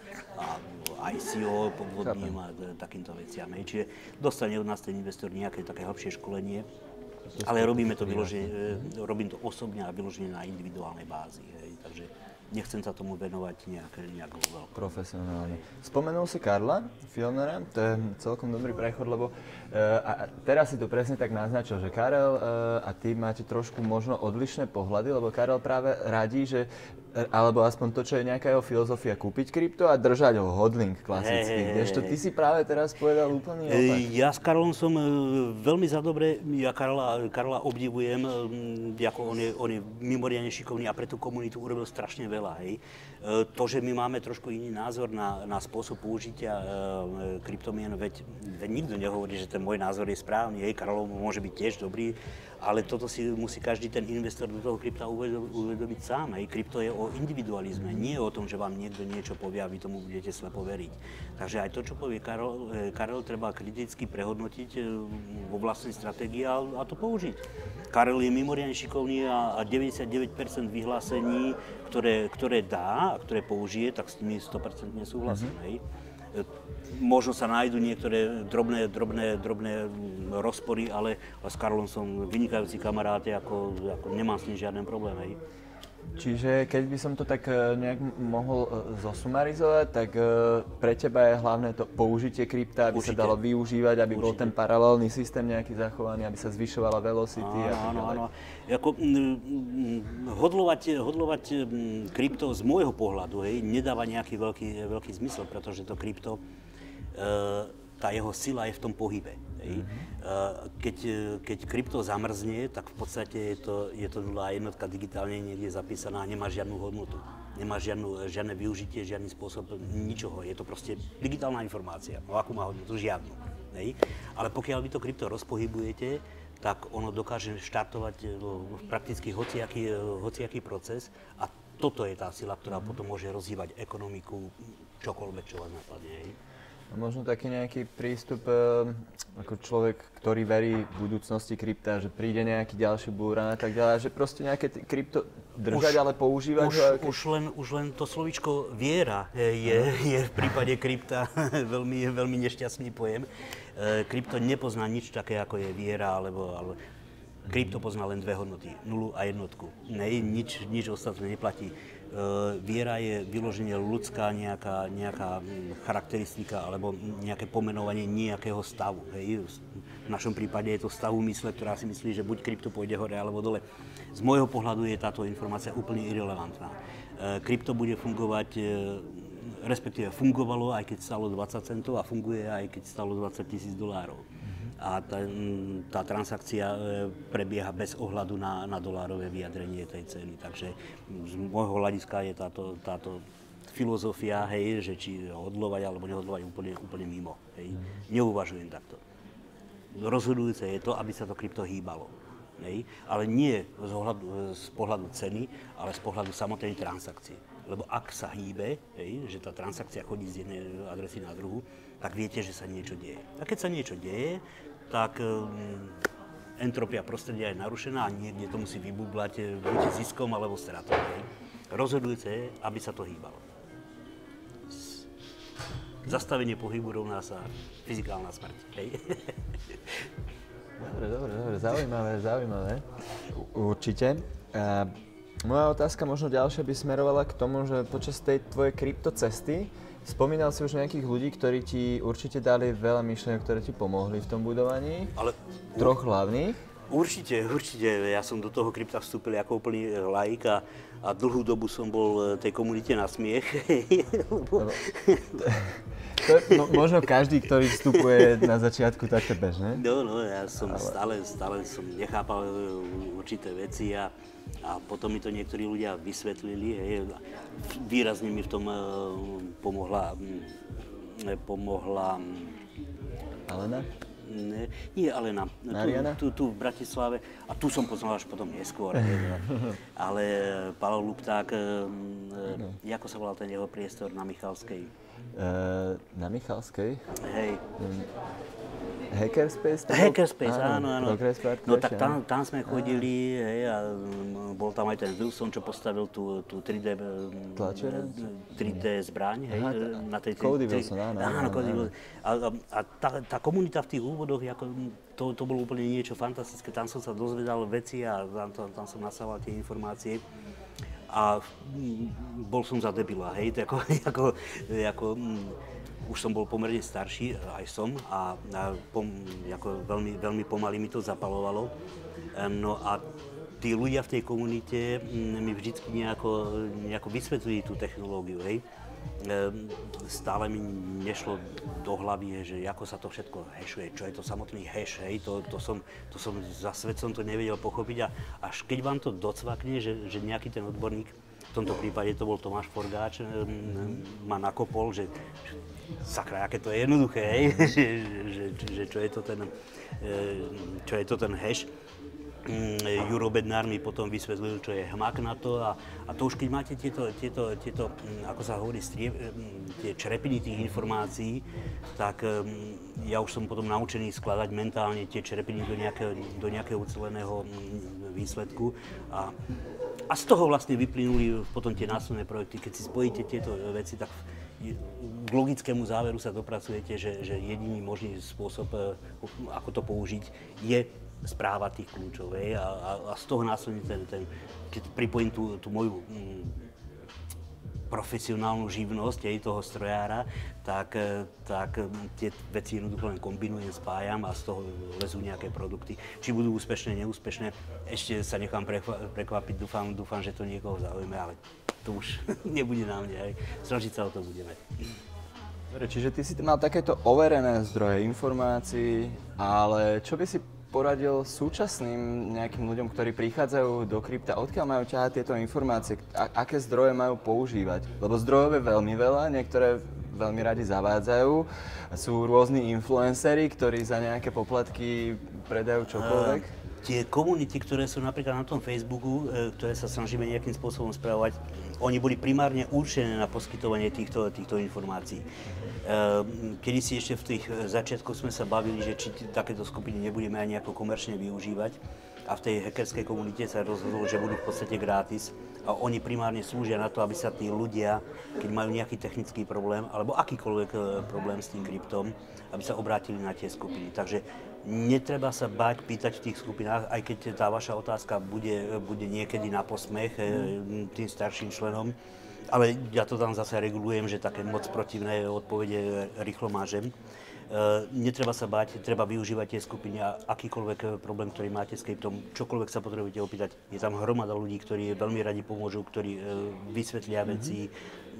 Speaker 2: a I C O podvodným a takýmto veciam. Hej. Čiže dostane od nás ten investor nejaké také hlbšie školenie, ale robíme to vyloženie, robím to osobne a vyloženie na individuálnej bázi. Hej. Takže nechcem sa tomu venovať nejak, nejak veľko.
Speaker 1: Profesionálne. Spomenul si Karla Fielnera, to je celkom dobrý prechod, lebo uh, a teraz si to presne tak naznačil, že Karel uh, a ty máte trošku možno odlišné pohľady, lebo Karel práve radí, že alebo aspoň to, čo je nejaká jeho filozofia, kúpiť krypto a držať ho, hodling klasický. Hey, hey, hey. Ty si práve teraz povedal úplný opak.
Speaker 2: Ja s Karlom som veľmi za dobre, ja Karla, Karla obdivujem, ako on je, on je mimoriadne šikovný a pre tú komunitu urobil strašne veľa. Hej. To, že my máme trošku iný názor na, na spôsob použitia kryptomien, veď, veď nikto nehovorí, že ten môj názor je správny. Hej. Karlov môže byť tiež dobrý, ale toto si musí každý ten investor do toho krypta uvedomiť sám. Hej. Krypto je o individualizme, nie o tom, že vám niekto niečo povie a vy tomu budete slepo veriť. Takže aj to, čo povie Karel, Karel treba kriticky prehodnotiť vo vlastnej stratégii a, a to použiť. Karel je mimoriadne šikovný a, a deväťdesiatdeväť percent vyhlásení, ktoré, ktoré dá a ktoré použije, tak s nimi sto percent nesúhlasím. Mm-hmm. Možno sa nájdú niektoré drobné, drobné, drobné rozpory, ale s Karlom som vynikajúci kamarát, ako, ako nemám s ním žiaden problém. Hej.
Speaker 1: Čiže keď by som to tak nejak mohol zosumarizovať, tak pre teba je hlavné to použitie krypta, aby Určite. sa dalo využívať, aby Určite. bol ten paralelný systém nejaký zachovaný, aby sa zvyšovala velocity a tak ďalej. Áno, áno.
Speaker 2: Ako, hodlovať, hodlovať krypto z môjho pohľadu, hej, nedáva nejaký veľký, veľký zmysel, pretože to krypto e, tá jeho sila je v tom pohybe. Hej. Mm-hmm. Keď, keď krypto zamrzne, tak v podstate je to, je to nula a jednotka digitálne niekde zapísaná a nemá žiadnu hodnotu. Nemá žiadnu, žiadne využitie, žiadny spôsob ničoho. Je to proste digitálna informácia. No akú má hodnotu? Žiadnu. Hej. Ale pokiaľ vy to krypto rozpohybujete, tak ono dokáže štartovať prakticky hociaký, hociaký proces a toto je tá sila, ktorá potom môže rozhýbať ekonomiku, čokoľvek, čo vás napadne. Hej.
Speaker 1: Možno taký nejaký prístup ako človek, ktorý verí v budúcnosti krypta, že príde nejaký ďalší búran a tak ďalej, že proste nejaké krypto držať, už, ale používať
Speaker 2: už,
Speaker 1: ho. Aké...
Speaker 2: Už, len, už len to slovíčko viera je, je v prípade krypta veľmi, veľmi nešťastný pojem. Krypto nepozná nič také, ako je viera, alebo, alebo krypto pozná len dve hodnoty, nulu a jednotku. Ne, nič, nič ostatné neplatí. Uh, viera je vyloženie ľudská nejaká, nejaká charakteristika alebo nejaké pomenovanie nejakého stavu. Hej. V našom prípade je to stavu mysle, ktorá si myslí, že buď krypto pôjde hore alebo dole. Z môjho pohľadu je táto informácia úplne irelevantná. Uh, krypto bude fungovať, uh, respektíve fungovalo, aj keď stalo dvadsať centov a funguje aj keď stalo dvadsať tisíc dolárov. A tá, tá transakcia prebieha bez ohľadu na, na dolárové vyjadrenie tej ceny. Takže z môjho hľadiska je táto, táto filozofia, hej, že či hodlovať alebo nehodlovať úplne, úplne mimo. Hej. Neuvažujem takto. Rozhodujúce je to, aby sa to krypto hýbalo. Hej. Ale nie z, ohľadu, z pohľadu ceny, ale z pohľadu samotnej transakcie. Lebo ak sa hýbe, hej, že tá transakcia chodí z jednej adresy na druhú, tak viete, že sa niečo deje. A keď sa niečo deje, tak um, entropia prostredia je narušená a niekde to musí vybublať buď ziskom alebo stratou. Hej. Rozhodujúce je, aby sa to hýbalo. Zastavenie pohybu rovná sa fyzikálna smrť. Hej.
Speaker 1: Dobre, dobre, dobre, zaujímavé, zaujímavé. Určite. A moja otázka možno ďalšia by smerovala k tomu, že počas tej tvojej kryptocesty spomínal si už nejakých ľudí, ktorí ti určite dali veľa myšlienok, ktoré ti pomohli v tom budovaní. Ale troch hlavných?
Speaker 2: Určite, určite. Ja som do toho krypta vstúpil ako úplný laik a, a dlhú dobu som bol tej komunite na smiech.
Speaker 1: No, to je, no, možno každý, ktorý vstupuje na začiatku, tak to bežné.
Speaker 2: No, no, ja som Ale... stále, stále som nechápal určité veci a, a potom mi to niektorí ľudia vysvetlili. Hej. Výrazne mi v tom pomohla, pomohla
Speaker 1: Alena?
Speaker 2: Ne, nie Alena, tu, tu, tu v Bratislave, a tu som poznal až potom neskôr, ale Pavel Lupták, no. Ako sa volal ten jeho priestor na Michalskej?
Speaker 1: Uh, na Michalskej?
Speaker 2: Hej.
Speaker 1: Um, Hackerspace?
Speaker 2: Hackerspace, áno, áno.
Speaker 1: Party,
Speaker 2: no tak tam, tam sme chodili, hej, a bol tam aj ten Wilson, čo postavil tú, tú tri dé, tri dé zbraň, hej,
Speaker 1: Aha,
Speaker 2: na tej...
Speaker 1: Cody Wilson, áno.
Speaker 2: Áno, Cody Wilson. A, a tá, tá komunita v tých úvodoch, ako, to, to bolo úplne niečo fantastické. Tam som sa dozvedal veci a tam, tam som nasával tie informácie. A bol som za debila, hej, ako, ako, ako už som bol pomerne starší, aj som, a, a pom, ako veľmi, veľmi pomaly mi to zapalovalo. No a tí ľudia v tej komunite mi vždycky nejako, nejako vysvetľujú tú technológiu, hej. Stále mi nešlo do hlavy, že ako sa to všetko hashuje, čo je to samotný hash, hej, to, to, som, to som za svet som to nevedel pochopiť a až keď vám to docvakne, že, že nejaký ten odborník, v tomto prípade to bol Tomáš Forgáč, ma nakopol, že sakra, aké to je jednoduché, hej, že, že, že čo je to ten, čo je to ten hash. Juro Bednár mi potom vysvetlil, čo je hmak na to a, a to už keď máte tieto, tieto, tieto ako sa hovorí, strie, tie črepiny tých informácií, tak ja už som potom naučený skladať mentálne tie črepiny do nejakého, do nejakého uceleného výsledku a, a z toho vlastne vyplynuli potom tie následné projekty. Keď si spojíte tieto veci, tak k logickému záveru sa dopracujete, že, že jediný možný spôsob, ako to použiť, je správa tých kľúčov, hej, a, a, a z toho následne ten, ten, keď pripojím tú, tú moju mm, profesionálnu živnosť, hej, toho strojára, tak, tak tie veci jednoducho len kombinujem, spájam a z toho lezú nejaké produkty. Či budú úspešné, neúspešné, ešte sa nechám prekvapiť, dúfam, dúfam, že to niekoho zaujíme, ale to už nebude na mne, hej. Snažiť sa o to budeme.
Speaker 1: Čiže ty si mal takéto overené zdroje informácií, ale čo by si poradil súčasným nejakým ľuďom, ktorí prichádzajú do krypta, odkiaľ majú ťahať tieto informácie, a- aké zdroje majú používať? Lebo zdrojov je veľmi veľa, niektoré veľmi radi zavádzajú. Sú rôzni influenceri, ktorí za nejaké poplatky predajú čokoľvek. Uh,
Speaker 2: tie komunity, ktoré sú napríklad na tom Facebooku, e, ktoré sa snažíme nejakým spôsobom spravovať, oni boli primárne určené na poskytovanie týchto, týchto informácií. Kedy si ešte v tých začiatkoch sme sa bavili, že či takéto skupiny nebudeme aj nejako komerčne využívať, a v tej hackerskej komunite sa rozhodlo, že budú v podstate gratis a oni primárne slúžia na to, aby sa tí ľudia, keď majú nejaký technický problém alebo akýkoľvek problém s tým kryptom, aby sa obrátili na tie skupiny. Takže netreba sa báť pýtať v tých skupinách, aj keď tá vaša otázka bude, bude niekedy na posmech tým starším členom, ale ja to tam zase regulujem, že také moc protivné odpovede rýchlo mážem. Uh, netreba sa báť, treba využívať tie skupiny a akýkoľvek problém, ktorý máte s kryptom, čokoľvek sa potrebujete opýtať. Je tam hromada ľudí, ktorí veľmi radi pomôžu, ktorí uh, vysvetlia mm-hmm. veci.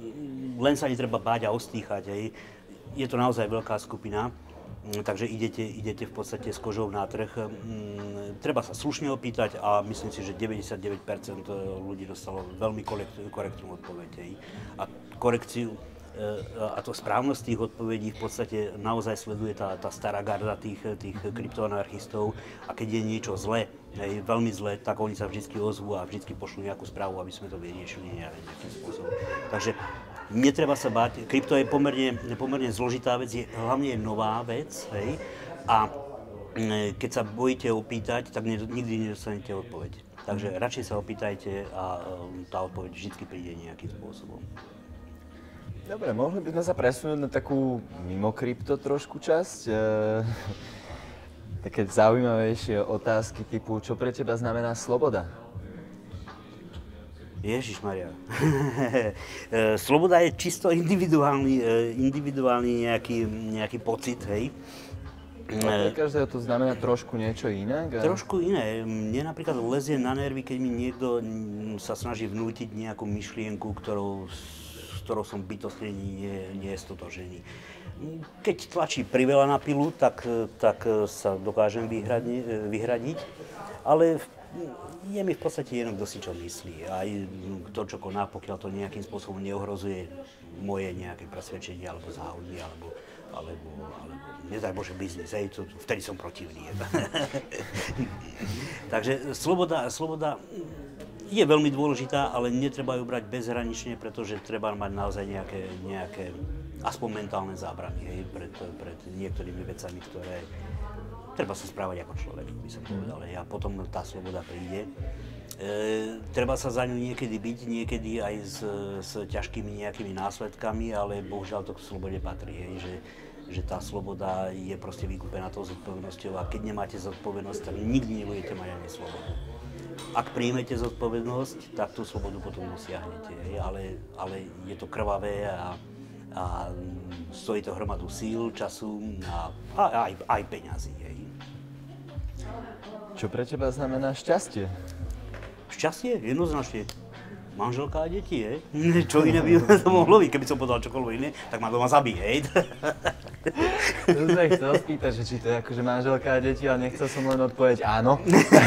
Speaker 2: Len sa netreba báť a ostýchať. Hej. Je to naozaj veľká skupina, takže idete, idete v podstate s kožou na trh. Treba sa slušne opýtať a myslím si, že deväťdesiatdeväť percent ľudí dostalo veľmi korektnú odpoveď. Hej. A korekciu a to správnosť tých odpovedí v podstate naozaj sleduje tá, tá stará garda tých, tých kryptoanarchistov a keď je niečo zlé, hej, veľmi zlé, tak oni sa vždy ozvú a vždy pošlú nejakú správu, aby sme to vyriešili nejakým spôsobom. Takže netreba sa báť, krypto je pomerne, pomerne zložitá vec, je, hlavne je nová vec, hej, a keď sa bojíte opýtať, tak ne, nikdy nedostanete odpoveď. Takže radšej sa opýtajte a tá odpoveď vždy príde nejakým spôsobom.
Speaker 1: Dobre, mohli by sme sa presunúť na takú mimo krypto trošku časť. E, také zaujímavejšie otázky typu, čo pre teba znamená sloboda?
Speaker 2: Ježišmaria. Sloboda je čisto individuálny, individuálny nejaký, nejaký pocit, hej.
Speaker 1: No, pre každého to znamená trošku niečo iné? A...
Speaker 2: Trošku iné. Mne napríklad lezie na nervy, keď mi niekto sa snaží vnútiť nejakú myšlienku, ktorou ktorou som bytostne nie, nie je stotožený. Keď tlačí priveľa na pilu, tak, tak sa dokážem vyhradiť, vyhradiť, ale je mi v podstate jedno, kto si čo myslí. Aj kto čo koná, pokiaľ to nejakým spôsobom neohrozuje moje nejaké presvedčenie alebo záujmy, alebo, alebo, alebo nedaj Bože biznis, hej, to, vtedy som protivný. Takže sloboda, sloboda je veľmi dôležitá, ale netreba ju brať bezhranične, pretože treba mať naozaj nejaké, nejaké aspoň mentálne zábrany, hej, pred, pred niektorými vecami, ktoré treba sa správať ako človek, by som povedal. A potom tá sloboda príde. E, treba sa za ňu niekedy byť, niekedy aj s, s ťažkými nejakými následkami, ale bohužiaľ to k slobode patrí, hej, že, že tá sloboda je proste vykúpená tou zodpovednosťou a keď nemáte zodpovednosť, tak nikdy nebudete mať ani slobodu. Ak príjmete zodpovednosť, tak tú slobodu potom dosiahnete, ale, ale je to krvavé a, a stojí to hromadu síl, času a, a aj, aj peňazí. Hej.
Speaker 1: Čo pre teba znamená šťastie?
Speaker 2: Šťastie? Jednoznačne. Manželka a deti, hej. Čo iné by to mohlo byť, keby som povedal čokoľvek iné, tak ma doma zabije, hej.
Speaker 1: To som sa chcel spýtať, že či to je akože manželka a deti, ale nechcel som len odpovedať áno.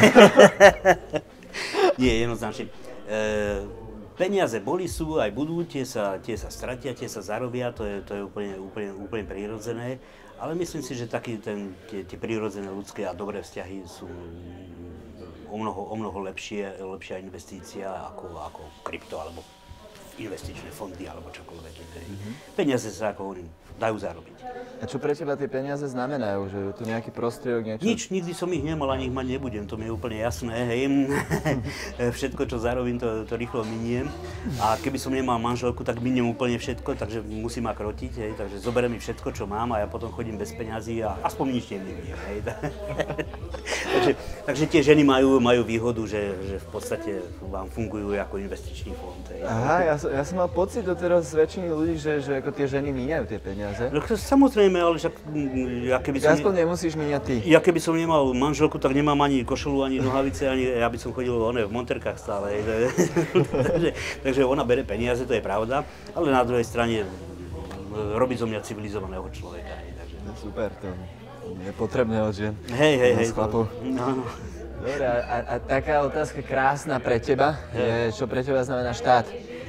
Speaker 2: Nie, jednoznačne. E, peniaze boli, sú, aj budú, tie sa, tie sa stratia, tie sa zarobia, to je, to je úplne, úplne, úplne prirodzené, ale myslím si, že taký ten, tie, tie prirodzené ľudské a dobré vzťahy sú o mnoho, o mnoho lepšie, lepšia investícia ako, ako krypto alebo investičné fondy alebo čokoľvek. Mm-hmm. Peniaze sa, ako hovorím, dajú zarobiť.
Speaker 1: A čo pre teba tie peniaze znamenajú? Že je to nejaký prostriedok, niečo?
Speaker 2: Nič, nikdy som ich nemal, ani ich mať nebudem, to mi je úplne jasné, hej. Všetko, čo zarobím, to, to rýchlo miniem. A keby som nemal manželku, tak miniem úplne všetko, takže musím ma krotiť, hej. Takže zoberiem mi všetko, čo mám a ja potom chodím bez peňazí a aspoň nič neminiem, hej. takže, takže tie ženy majú, majú výhodu, že, že v podstate vám fungujú ako investičný fond, hej.
Speaker 1: Aha, ja, ja som mal pocit doteraz z väčšiny ľudí, že, že ako tie ženy míňajú tie peniaze.
Speaker 2: No, samozrejme, ale však ja keby som...
Speaker 1: Ja aspoň nemusíš míňať ty.
Speaker 2: Ja keby som nemal manželku, tak nemám ani košelu, ani nohavice, ani ja by som chodil one, v monterkách stále. takže, takže ona bere peniaze, to je pravda, ale na druhej strane robiť zo mňa civilizovaného človeka. Takže.
Speaker 1: No, super, to je potrebné od žien.
Speaker 2: Hej, hej, hej.
Speaker 1: To...
Speaker 2: No, no.
Speaker 1: Dobre, a, a taká otázka krásna pre teba je, čo pre teba znamená štát?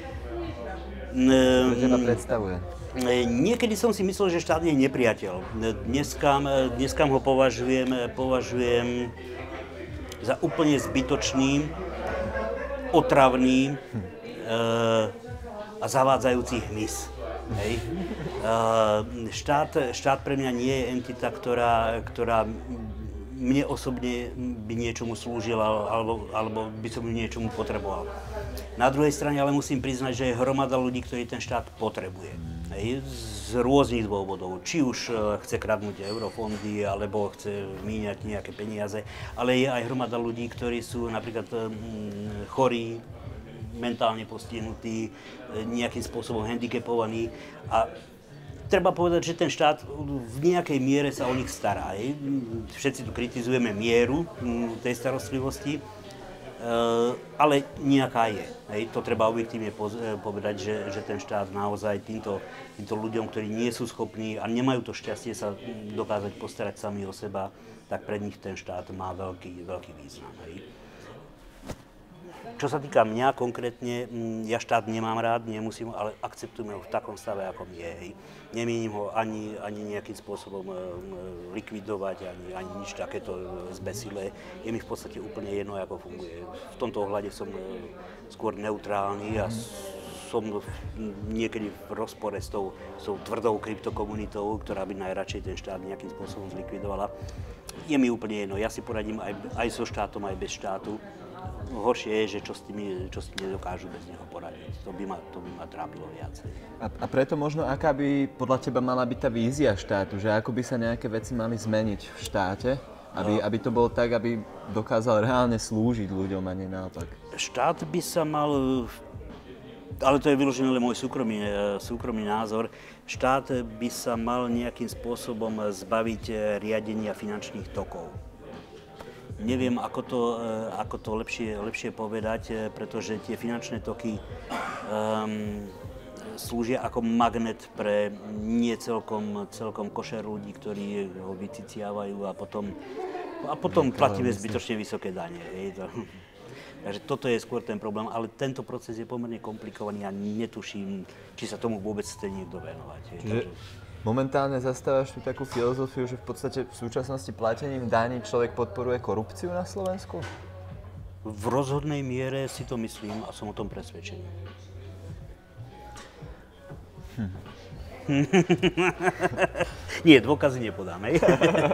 Speaker 1: Čo teba predstavuje?
Speaker 2: Niekedy som si myslel, že štát je nepriateľ. Dneska, dneska ho považujem, považujem za úplne zbytočný, otravný hm. e, a zavádzajúci hmyz. Hej. E, štát, štát pre mňa nie je entita, ktorá, ktorá mne osobne by niečomu slúžila alebo, alebo by som niečomu potreboval. Na druhej strane ale musím priznať, že je hromada ľudí, ktorí ten štát potrebuje. Hej, z rôznych dôvodov. Či už chce kradnúť eurofondy, alebo chce míňať nejaké peniaze. Ale je aj hromada ľudí, ktorí sú napríklad chorí, mentálne postihnutí, nejakým spôsobom handicapovaní. A treba povedať, že ten štát v nejakej miere sa o nich stará. Hej. Všetci tu kritizujeme mieru tej starostlivosti. Uh, ale nejaká je. Hej. To treba objektívne povedať, že, že ten štát naozaj týmto, týmto ľuďom, ktorí nie sú schopní a nemajú to šťastie sa dokázať postarať sami o seba, tak pre nich ten štát má veľký, veľký význam. Hej. Čo sa týka mňa konkrétne, ja štát nemám rád, nemusím, ale akceptujem ho v takom stave, ako je. Hej. Nemienim ho ani, ani nejakým spôsobom likvidovať, ani, ani nič takéto zbesilé. Je mi v podstate úplne jedno, ako funguje. V tomto ohľade som skôr neutrálny a som niekedy v rozpore s tou, s tou tvrdou kryptokomunitou, ktorá by najradšej ten štát nejakým spôsobom zlikvidovala. Je mi úplne jedno, ja si poradím aj, aj so štátom, aj bez štátu. Horšie je, že čo s tými, čo s tými nedokážu bez neho poradiť. To by ma, to by ma trápilo viacej.
Speaker 1: A, a preto možno, aká by podľa teba mala byť tá vízia štátu? Že ako by sa nejaké veci mali zmeniť v štáte? Aby, no. aby to bolo tak, aby dokázal reálne slúžiť ľuďom a nie naopak.
Speaker 2: Štát by sa mal, ale to je vyložený len môj súkromný, súkromný názor, štát by sa mal nejakým spôsobom zbaviť riadenia finančných tokov. Neviem, ako to, ako to lepšie, lepšie povedať, pretože tie finančné toky um, slúžia ako magnet pre nie celkom, celkom košer ľudí, ktorí ho vyciciavajú a potom, a potom platíme zbytočne vysoké dane. Hej, to. Takže toto je skôr ten problém, ale tento proces je pomerne komplikovaný a netuším, či sa tomu vôbec chce niekto venovať. Hej,
Speaker 1: Čiže... takže... Momentálne zastávaš tu takú filozofiu, že v podstate v súčasnosti platením daní človek podporuje korupciu na Slovensku?
Speaker 2: V rozhodnej miere si to myslím a som o tom presvedčený. Hm. Nie, dôkazy nepodám, hej?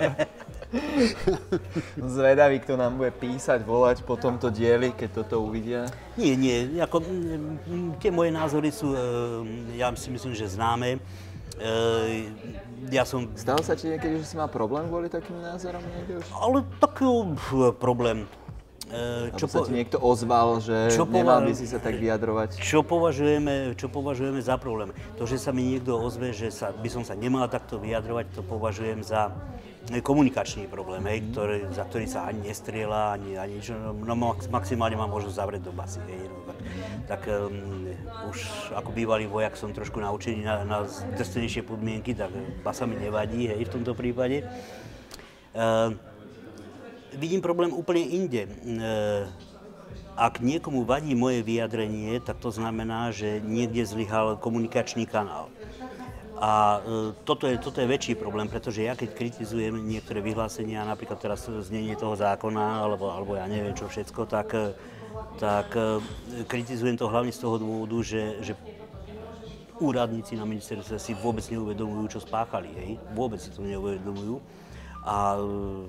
Speaker 1: Zvedavý, kto nám bude písať, volať po tomto dieli, keď toto uvidia?
Speaker 2: Nie, nie, ako, tie moje názory sú, ja si myslím, že známe. Uh, ja som...
Speaker 1: Stalo sa ti niekedy, že si mal problém kvôli takým názorom niekde už?
Speaker 2: Ale taký problém.
Speaker 1: Uh, čo po... sa ti niekto ozval, že nemal by si sa tak vyjadrovať?
Speaker 2: Čo považujeme, čo považujeme za problém? To, že sa mi niekto ozve, že sa, by som sa nemal takto vyjadrovať, to považujem za komunikačný problém, hej, ktorý, za ktorý sa ani nestrieľa, ani, ani nič, no maximálne ma môžu zavrieť do basy, hej, no, tak, tak um, už ako bývalý vojak som trošku naučený na, na drstenejšie podmienky, tak basa mi nevadí, hej, v tomto prípade. Uh, vidím problém úplne inde. Uh, ak niekomu vadí moje vyjadrenie, tak to znamená, že niekde zlyhal komunikačný kanál. A e, toto, je, toto je väčší problém, pretože ja keď kritizujem niektoré vyhlásenia, napríklad teraz znenie toho zákona, alebo, alebo ja neviem čo všetko, tak, tak e, kritizujem to hlavne z toho dôvodu, že, že úradníci na ministerstve si vôbec neuvedomujú, čo spáchali, hej? Vôbec si to neuvedomujú. A e,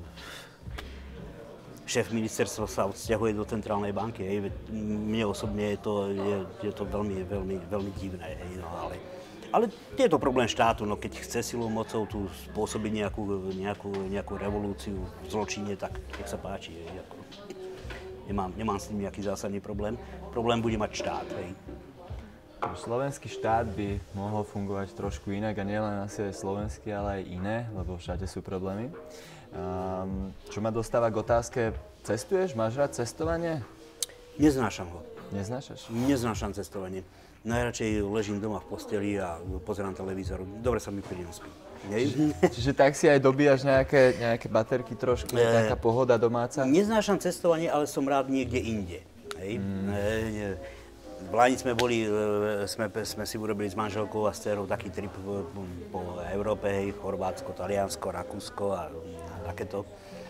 Speaker 2: šéf ministerstva sa odsťahuje do centrálnej banky, hej? Mne osobne je to, je, je to veľmi, veľmi, veľmi divné, hej? No, ale... Ale je to problém štátu, no keď chce silou mocou tu spôsobiť nejakú, nejakú, nejakú revolúciu v zločine, tak nech sa páči. Hej, ako. Nemám, nemám s tým nejaký zásadný problém. Problém bude mať štát. Hej.
Speaker 1: Slovenský štát by mohol fungovať trošku inak a nielen asi aj slovenský, ale aj iné, lebo všade sú problémy. Um, čo ma dostáva k otázke, cestuješ? Máš rád cestovanie?
Speaker 2: Neznášam ho.
Speaker 1: Neznášaš?
Speaker 2: Neznášam cestovanie. najradšej ležím doma v posteli a pozerám televízor. Dobre sa mi pri ňom spí.
Speaker 1: Čiže tak si aj dobíjaš nejaké, nejaké baterky trošku, e, taká pohoda domáca?
Speaker 2: Neznášam cestovanie, ale som rád niekde inde. Hej. Mm. E, v Lani sme boli, sme, sme si urobili s manželkou a s dcerou taký trip po, po Európe, hej, Chorvátsko, Taliansko, Rakúsko a, a takéto.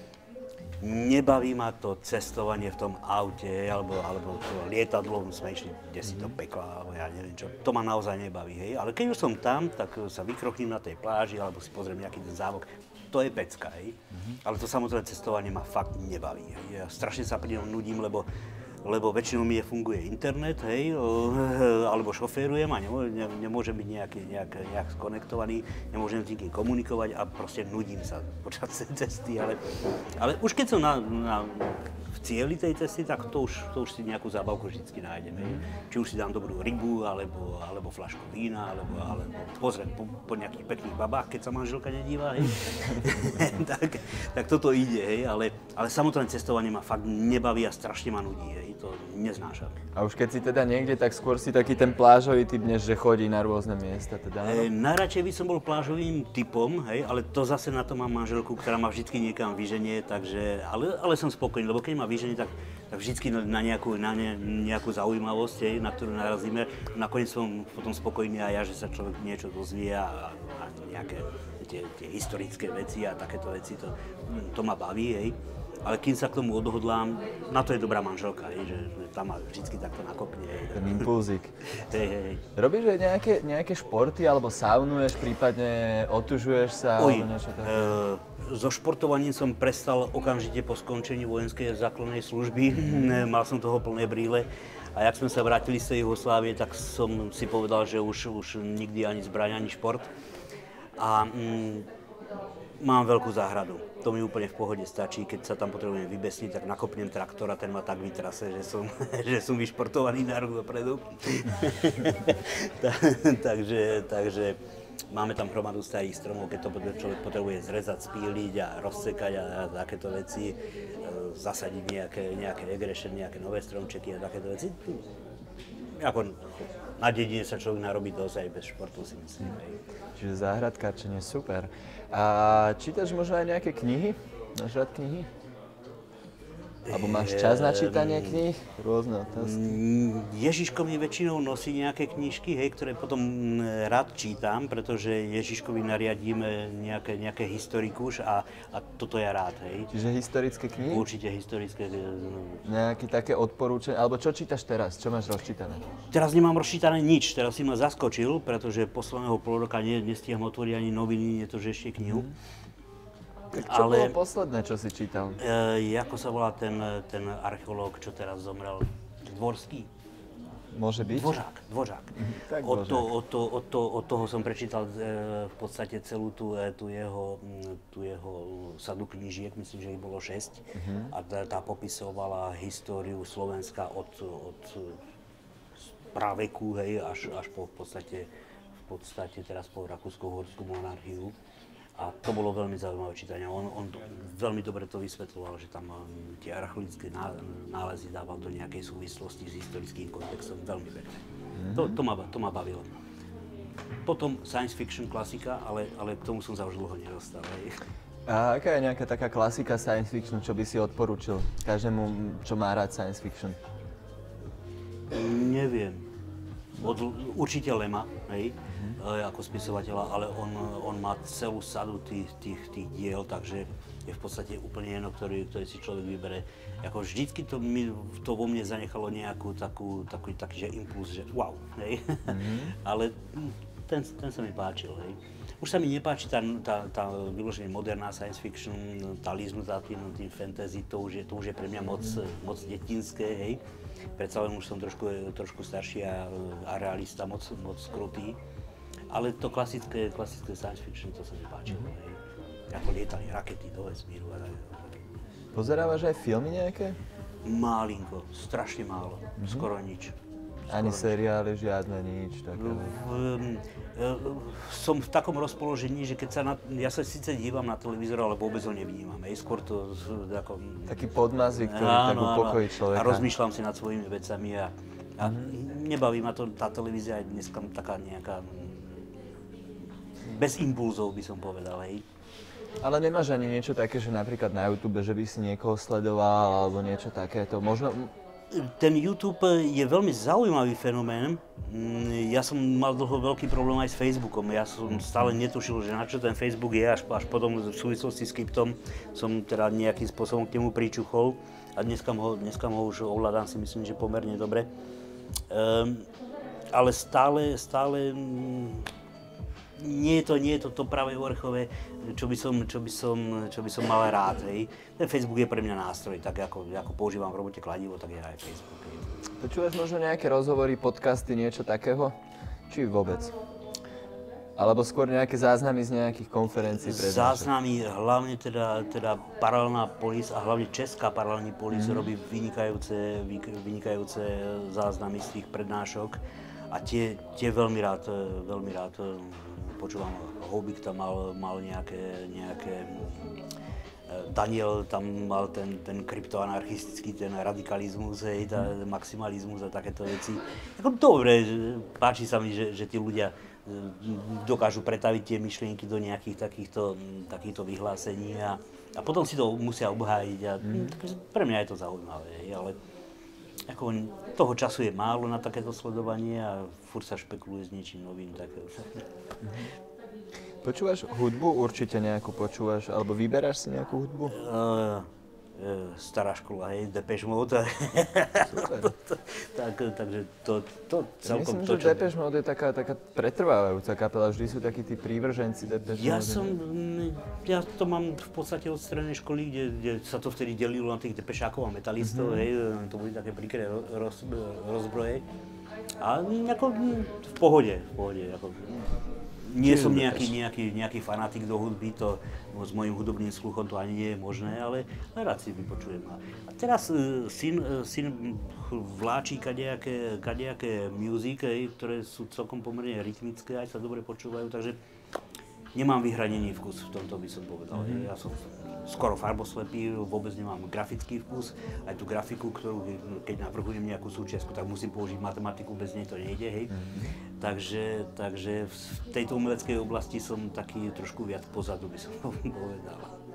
Speaker 2: Nebaví ma to cestovanie v tom aute, alebo, alebo to lietadlo, sme išli kde si do pekla, alebo ja neviem čo. To ma naozaj nebaví, hej. Ale keď už som tam, tak sa vykrochním na tej pláži, alebo si pozriem nejaký ten závok. To je pecka, hej. Mm-hmm. Ale to samozrejme cestovanie ma fakt nebaví, hej. Ja strašne sa pri ňom nudím, lebo lebo väčšinou mi funguje internet, hej, alebo šoférujem a nemôžem byť nejaký, nejak, nejak skonektovaný, nemôžem s nikým komunikovať a proste nudím sa počas cesty, ale, ale už keď som na, na, v cieli tej cesty, tak to už, to už si nejakú zábavku vždycky nájdem, hej. Či už si dám dobrú rybu, alebo, alebo fľašku vína, alebo, alebo pozriem po, po nejakých pekných babách, keď sa manželka nedíva, hej. tak, tak toto ide, hej, ale, ale samotné cestovanie ma fakt nebaví a strašne ma nudí, hej. To neznášam.
Speaker 1: A už keď si teda niekde, tak skôr si taký ten plážový typ, než že chodí na rôzne miesta, teda?
Speaker 2: E, najradšej by som bol plážovým typom, hej, ale to zase na to mám manželku, ktorá ma vždycky niekam vyženie, takže, ale, ale som spokojný, lebo keď ma vyženie, tak, tak vždycky na nejakú, na ne, nejakú zaujímavosť, hej, na ktorú narazíme. Nakoniec som potom spokojný aj ja, že sa človek niečo dozvie a, a nejaké tie, tie historické veci a takéto veci, to, to ma baví, hej. Ale kým sa k tomu odhodlám, na to je dobrá manželka, hej, že, že tam ma vždycky takto nakopne. Hej.
Speaker 1: Ten impulzik.
Speaker 2: Hej, hej.
Speaker 1: Robíš aj nejaké, nejaké športy, alebo saunuješ, prípadne otužuješ sa,
Speaker 2: Oj,
Speaker 1: alebo niečo také?
Speaker 2: E, so športovaním som prestal okamžite po skončení vojenskej základnej služby. Mal som toho plné brýle. A jak sme sa vrátili z tej Jugoslávie, tak som si povedal, že už, už nikdy ani zbraň, ani šport. A mm, mám veľkú záhradu. To mi úplne v pohode stačí, keď sa tam potrebujem vybesniť, tak nakopnem traktor a ten ma tak vytrase, že som, že som vyšportovaný na rok dopredu. takže, takže máme tam hromadu starých stromov, keď to človek potrebuje zrezať, spíliť a rozsekať a, a takéto veci, zasadiť nejaké, nejaké regression, nejaké nové stromčeky a takéto veci. Ako na dedine sa človek narobí dosť aj bez športu, si myslím.
Speaker 1: Čiže záhradkárčenie, super. A čítaš možno aj nejaké knihy? Máš rád knihy? Alebo máš čas na čítanie kníh? Rôzne otázky.
Speaker 2: Ježiško mi väčšinou nosí nejaké knižky, hej, ktoré potom rád čítam, pretože Ježiškovi nariadíme nejaké, nejaké historikuš a, a toto ja rád, hej.
Speaker 1: Čiže historické knihy?
Speaker 2: Určite historické. No.
Speaker 1: Nejaké také odporúčanie, alebo čo čítaš teraz? Čo máš rozčítané?
Speaker 2: Teraz nemám rozčítané nič, teraz si ma zaskočil, pretože posledného pol roka ne, nestiham otvoriť ani noviny, nie to, že ešte knihu. Mm.
Speaker 1: Tak čo ale, bolo posledné, čo si čítal?
Speaker 2: E, ako sa volá ten, ten archeológ, čo teraz zomrel? Dvorský?
Speaker 1: Môže byť?
Speaker 2: Dvořák, Dvořák.
Speaker 1: Mm, tak
Speaker 2: od, to, od, to, od, to, od toho som prečítal e, v podstate celú tú, tú, jeho, tú jeho sadu knížiek, myslím, že ich bolo šesť. Mm-hmm. A tá, tá popisovala históriu Slovenska od, od praveku, hej, až, až po v podstate, v podstate teraz po rakúsko-uhorskú monarchiu. A to bolo veľmi zaujímavé čítanie. On, on veľmi dobre to vysvetľoval, že tam um, tie archeologické nálezy dával do nejakej súvislosti s historickým kontextom. Veľmi pekné. Mm-hmm. To, to, ma, to ma bavilo. Potom science fiction klasika, ale, ale k tomu som sa už dlho nedostal.
Speaker 1: A aká je nejaká taká klasika science fiction, čo by si odporúčil každému, čo má rád science fiction?
Speaker 2: Neviem. Od, určite Lema, hej, mm. ako spisovateľa, ale on, on má celú sadu tých, tých, tých diel, takže je v podstate úplne jedno, ktorý, ktorý si človek vybere. Ako vždycky to, mi, to vo mne zanechalo nejakú takú, taký, taký že impuls, že wow, hej. Mm. Ale ten, ten sa mi páčil, hej. Už sa mi nepáči tá, tá, tá vyloženie moderná science fiction, tá líznutá tým, tým fantasy, to už je, to už je pre mňa moc, moc detinské, hej. Predsa len už som trošku, trošku starší a, a realista, moc, moc krutý. Ale to klasické, klasické science fiction, to sa mi páčilo, hej. Ako lietali rakety do vesmíru a tak.
Speaker 1: Pozerávaš aj filmy nejaké?
Speaker 2: Málinko, strašne málo, mm-hmm. skoro nič.
Speaker 1: Ani seriály, žiadne, nič také.
Speaker 2: Um, som v takom rozpoložení, že keď sa na, ja sa síce dívam na televízor, ale vôbec ho nevnímam. Hej. Skôr to ako...
Speaker 1: Taký podmazík, ktorý áno, tak upokojí človeka.
Speaker 2: A rozmýšľam si nad svojimi vecami a, a A nebaví ma to, tá televízia je dneska taká nejaká bez impulzov, by som povedal, hej.
Speaker 1: Ale nemáš ani niečo také, že napríklad na YouTube, že by si niekoho sledoval alebo niečo takéto, možno...
Speaker 2: Ten YouTube je veľmi zaujímavý fenomén. Ja som mal dlho veľký problém aj s Facebookom. Ja som stále netušil, že na čo ten Facebook je, až, až potom v súvislosti s kryptom som teda nejakým spôsobom k nemu pričuchol. A dneska ho, dneska ho už ovládam, si myslím, že pomerne dobre. Um, ale stále, stále... Nie je to, nie je to to práve vrchové, čo by som, čo by som, čo by som mal rád, hej. Ten Facebook je pre mňa nástroj, tak ako, ako používam v robote kladivo, tak je aj Facebook. Hej.
Speaker 1: Počúvaš možno nejaké rozhovory, podcasty, niečo takého? Či vôbec? Alebo skôr nejaké záznamy z nejakých konferencií?
Speaker 2: Záznamy, hlavne teda, teda Paralelná polis a hlavne Česká paralelní polis mm. robí vynikajúce, vynikajúce záznamy z tých prednášok. A tie, tie veľmi rád, veľmi rád počúvam. Houbik tam mal, mal nejaké, nejaké, Daniel tam mal ten, ten kryptoanarchistický, ten radikalizmus, hej, tá, maximalizmus a takéto veci. Ako dobre, páči sa mi, že, že tí ľudia dokážu pretaviť tie myšlienky do nejakých takýchto, takýchto vyhlásení a, a potom si to musia obhájiť. A, mm. Pre mňa je to zaujímavé, hej, ale ako toho času je málo na takéto sledovanie a furt sa špekuluje s niečím novým. Tak...
Speaker 1: Počúvaš hudbu? Určite nejakú počúvaš? Alebo vyberáš si nejakú hudbu? Uh,
Speaker 2: uh, stará škola, hej, Depeche Mode.
Speaker 1: Super.
Speaker 2: tak, takže to, to celkom
Speaker 1: Myslím,
Speaker 2: to,
Speaker 1: že čo... Depeche Mode je taká, taká pretrvávajúca kapela. Vždy sú takí tí prívrženci Depeche Mode.
Speaker 2: Ja som, ja to mám v podstate od strednej školy, kde, kde sa to vtedy delilo na tých depešákov a metalistov, mm-hmm. hej, to boli také príkré roz, rozbroje. A ako v pohode, v pohode. Ako, nie som nejaký, nejaký, nejaký fanatik do hudby, to s mojím hudobným sluchom to ani nie je možné, ale, ale rád si vypočujem. A teraz uh, syn, uh, syn vláčí kadejaké, kadejaké music, ktoré sú celkom pomerne rytmické, aj sa dobre počúvajú, takže nemám vyhranený vkus, v tomto by som povedal. Mm-hmm. Ja som skoro farboslepý, vôbec nemám grafický vkus. Aj tú grafiku, ktorú keď navrhujem nejakú súčiastku, tak musím použiť matematiku, bez nej to nejde, hej. Mm-hmm. Takže, takže v tejto umeleckej oblasti som taký trošku viac pozadu, by som povedal.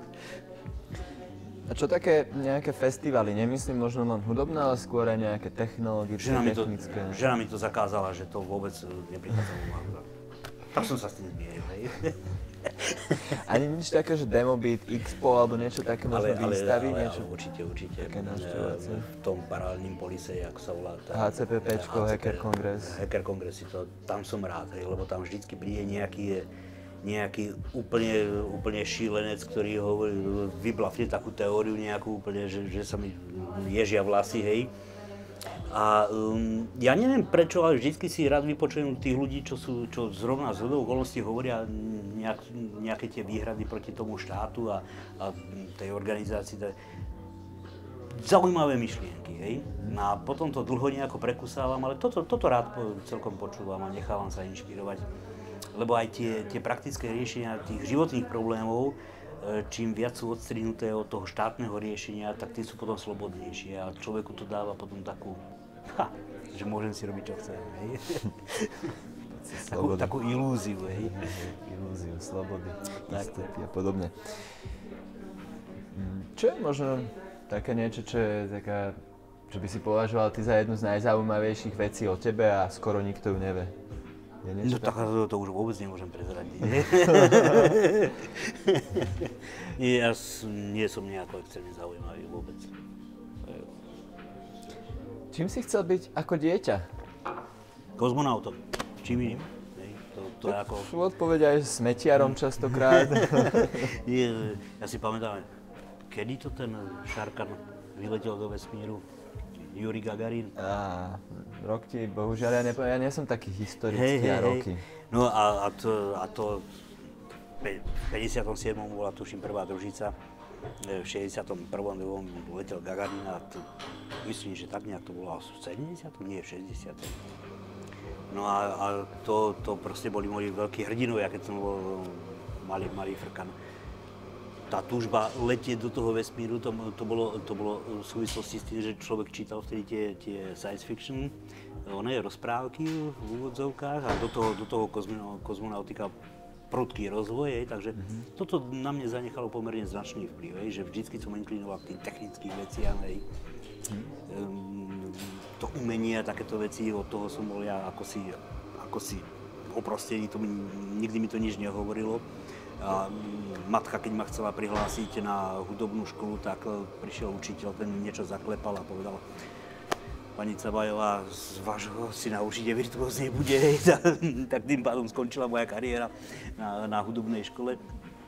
Speaker 1: A čo také nejaké festivaly? Nemyslím možno len hudobné, ale skôr aj nejaké technologické, technické.
Speaker 2: Žena mi to zakázala, že to vôbec neprichádza v úvahu. Tak som sa s tým zmieril, hej.
Speaker 1: Ani nič také, že Demobeat, Expo alebo niečo také možno
Speaker 2: ale,
Speaker 1: výstavy?
Speaker 2: Ale,
Speaker 1: niečo?
Speaker 2: ale určite, určite.
Speaker 1: Také
Speaker 2: v tom paralelním polise, jak sa volá. Tá,
Speaker 1: há cé pé péčko, Hacker Congress.
Speaker 2: Hacker Congress, to, tam som rád, hej, lebo tam vždycky príde nejaký, nejaký úplne, úplne šílenec, ktorý hovorí, vyblafne takú teóriu nejakú úplne, že, že sa mi ježia vlasy, hej. A um, ja neviem prečo, ale vždycky si rád vypočujem tých ľudí, čo, sú, čo zrovna z hodou okolností hovoria nejak, nejaké tie výhrady proti tomu štátu a, a tej organizácii. Zaujímavé myšlienky, hej. A potom to dlho nejako prekusávam, ale toto, toto rád celkom počúvam a nechávam sa inšpirovať. Lebo aj tie, tie praktické riešenia tých životných problémov, čím viac sú odstrihnuté od toho štátneho riešenia, tak tí sú potom slobodnejšie a človeku to dáva potom takú, ha, že môžem si robiť, čo chcem, hej. takú, takú ilúziu, hej.
Speaker 1: Ilúziu, slobody, istoty a podobne. Čo je možno také niečo, čo je taká, čo by si považoval ty za jednu z najzaujímavejších vecí o tebe a skoro nikto ju nevie?
Speaker 2: No tak to, to už vôbec nemôžem prezradiť. Nie, ja nie som nejako extrémne zaujímavý vôbec.
Speaker 1: Čím si chcel byť ako dieťa?
Speaker 2: Kozmonautom. Čím iným. To, to je ako...
Speaker 1: Sú odpoveď aj smetiarom častokrát.
Speaker 2: Nie, ja si pamätám, kedy to ten Šarkan vyletel do vesmíru? Juri Gagarin.
Speaker 1: Á, rok ti, bohužiaľ, ja, nepo, ja nie som taký historický hey, a roky. Hey.
Speaker 2: No a, a, to, a to v päťdesiatom siedmom bola tuším prvá družica, v šesťdesiatom prvom letel Gagarin a to, myslím, že tak nejak to bolo v sedemdesiatom Nie, v šesťdesiatom No a, a to, to proste boli moji veľkí hrdinovia, keď som bol malý, malý frkan. tá túžba letieť do toho vesmíru, to, to, bolo, to bolo v súvislosti s tým, že človek čítal vtedy tie, tie science fiction, oné rozprávky v úvodzovkách a do toho, do toho kozmo, kozmonautika prudký rozvoj, hej, takže mm-hmm. toto na mne zanechalo pomerne značný vplyv, hej, že vždycky som inklinoval k tým technickým veciam, hej. Mm-hmm. Um, to umenie a takéto veci, od toho som bol ja ako si, ako si oprostený, to mi, nikdy mi to nič nehovorilo. A matka, keď ma chcela prihlásiť na hudobnú školu, tak prišiel učiteľ, ten niečo zaklepal a povedal: pani Cabajová, z vášho syna určite virtuózne bude, tak tým pádom skončila moja kariéra na, na hudobnej škole.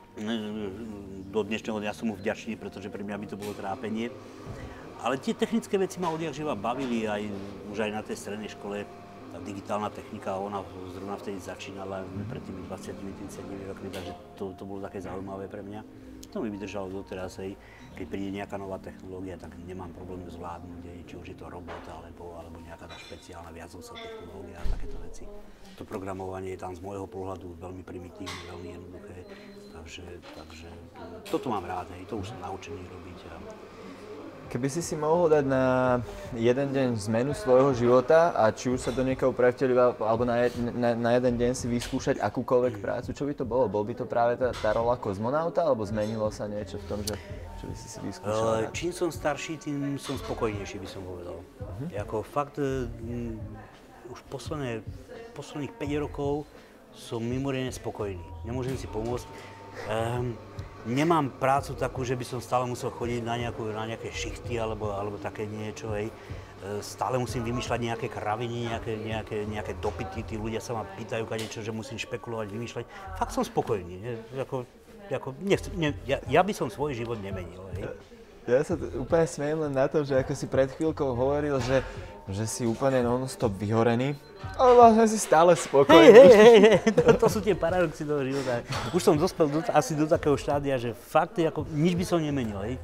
Speaker 2: Do dnešného dňa som mu vďačný, pretože pre mňa by to bolo trápenie. Ale tie technické veci ma odjak živa bavili, aj, už aj na tej strednej škole. Tá digitálna technika, ona zrovna vtedy začínala pred tými dvadsiatimi tridsiatimi rokmi, takže to, to bolo také zaujímavé pre mňa. To mi vydržalo doteraz, hej. Keď príde nejaká nová technológia, tak nemám problém zvládnuť, hej, či už je to robot alebo, alebo nejaká tá špeciálna viacovsá technológia a takéto veci. To programovanie je tam z môjho pohľadu veľmi primitívne, veľmi jednoduché, takže, takže toto mám rád, hej, to už som naučený robiť. A...
Speaker 1: Keby si si mohol dať na jeden deň zmenu svojho života a či už sa do niekoho prevteliť, alebo na, na, na jeden deň si vyskúšať akúkoľvek prácu, čo by to bolo? Bol by to práve tá, tá rola kozmonauta, alebo zmenilo sa niečo v tom, že čo by si si vyskúšal?
Speaker 2: Čím som starší, tým som spokojnejší, by som povedal. Uh-huh. Jako fakt, m, už posledné, posledných päť rokov som mimoriadne spokojný. Nemôžem si pomôcť. Um, Nemám prácu takú, že by som stále musel chodiť na, nejakú, na nejaké šichty alebo, alebo také niečo, hej. Stále musím vymýšľať nejaké kraviny, nejaké, nejaké, nejaké dopity, tí ľudia sa ma pýtajú kadečo, že musím špekulovať, vymýšľať. Fakt som spokojný, ako, ako, nechci, ne, ja, ja by som svoj život nemenil, hej.
Speaker 1: Ja sa úplne smiem len na tom, že ako si pred chvíľkou hovoril, že, že si úplne non-stop vyhorený, ale vlastne si stále spokojný.
Speaker 2: Hej, hej, hej, hej. To, to sú tie paradoxy toho života. Už som dospel do, asi do takého štádia, že fakt ako, nič by som nemenil, hej.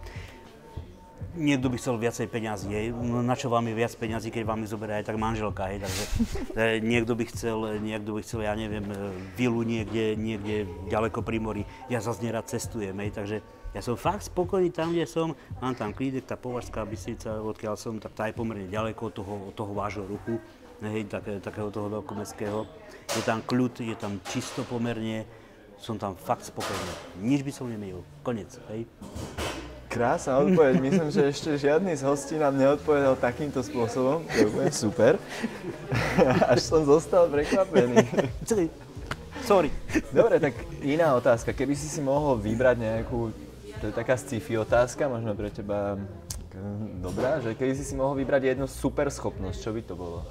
Speaker 2: Niekto by chcel viacej peňazí, hej. No, na čo vám je viac peňazí, keď vám ich zoberie aj tak manželka, hej. Takže niekto by chcel, niekto by chcel, ja neviem, vilu niekde, niekde ďaleko pri mori. Ja zase nerad cestujem, hej, takže ja som fakt spokojný tam, kde som. Mám tam Klídek, tá Považská Bystrica, odkiaľ som, tak tá je pomerne ďaleko od toho, od toho vášho ruchu, hej, také, takého toho veľkomestského. Je tam kľud, je tam čisto pomerne, som tam fakt spokojný. Nič by som nemenil. Konec, hej.
Speaker 1: Krásna odpoveď. Myslím, že ešte žiadny z hostí nám neodpovedal takýmto spôsobom. To je úplne super. Až som zostal prekvapený.
Speaker 2: Sorry.
Speaker 1: Dobre, tak iná otázka. Keby si si mohol vybrať nejakú, to je taká sci-fi otázka, možno pre teba dobrá, že keby si si mohol vybrať jednu super schopnosť, čo by to bolo?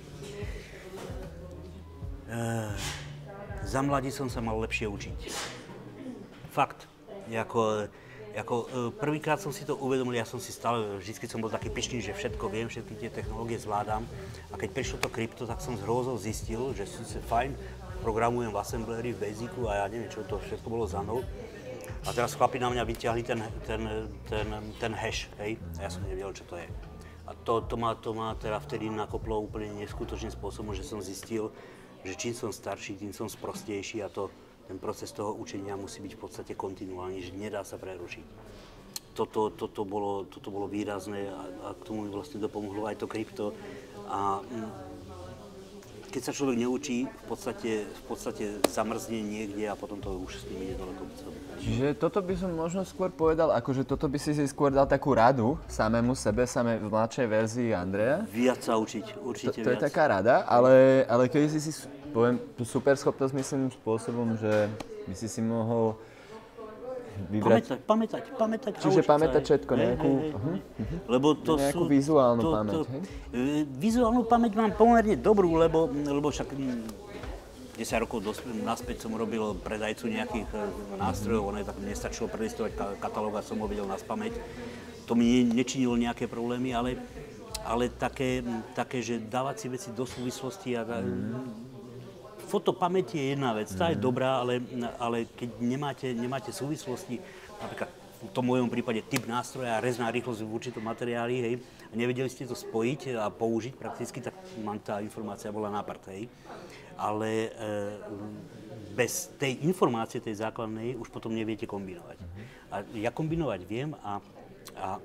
Speaker 2: Uh, za mladí som sa mal lepšie učiť. Fakt. Jako, ako, uh, prvýkrát som si to uvedomil, ja som si stále, vždycky som bol taký pyšný, že všetko viem, všetky tie technológie zvládam. A keď prišlo to krypto, tak som z hrôzou zistil, že síce fajn, programujem v Assembleri, v Basicu a ja neviem, čo to všetko bolo za mnou. A teraz chlapi na mňa vyťahli ten, ten, ten, ten hash, hej, a ja som nevedel, čo to je. A to, to, ma, to ma teda vtedy nakoplo úplne neskutočným spôsobom, že som zistil, že čím som starší, tým som sprostejší a to, ten proces toho učenia musí byť v podstate kontinuálny, že nedá sa prerušiť. Toto, toto, bolo, toto bolo výrazné a, a k tomu mi vlastne dopomohlo aj to krypto. A, keď sa človek neučí, v podstate, v podstate zamrzne niekde a potom to už s ním ide ďaleko.
Speaker 1: Čiže toto by som možno skôr povedal, akože toto by si si skôr dal takú radu samému sebe, samé v mladšej verzii Andreja.
Speaker 2: Viac sa učiť, určite
Speaker 1: to, to
Speaker 2: viac.
Speaker 1: To je taká rada, ale, ale keď si si, poviem, tú super schopnosť myslím spôsobom, že by si si mohol vybrať...
Speaker 2: Pamätať, pamätať, pamätať.
Speaker 1: Čiže pamätať všetko,
Speaker 2: hej,
Speaker 1: nejakú...
Speaker 2: Hej, hej,
Speaker 1: uh-huh, uh-huh.
Speaker 2: Lebo to
Speaker 1: nejakú
Speaker 2: sú,
Speaker 1: vizuálnu
Speaker 2: to,
Speaker 1: pamäť,
Speaker 2: to,
Speaker 1: hej?
Speaker 2: Vizuálnu pamäť mám pomerne dobrú, lebo, lebo však desať rokov naspäť som robil predajcu nejakých nástrojov, ono tak nestačilo prelistovať katalóg a som ho vedel naspamäť. To mi nečinilo nejaké problémy, ale, ale také, také, že dávať si veci do súvislosti a mm. Fotopamäť je jedna vec, tá je dobrá, ale, ale keď nemáte, nemáte súvislosti, napríklad v tom mojom prípade typ nástroja, rezná rýchlosť v určitom materiáli, hej, a nevedeli ste to spojiť a použiť prakticky, tak mám tá informácia bola na prd, hej. Ale e, bez tej informácie, tej základnej, už potom neviete kombinovať. A ja kombinovať viem a, a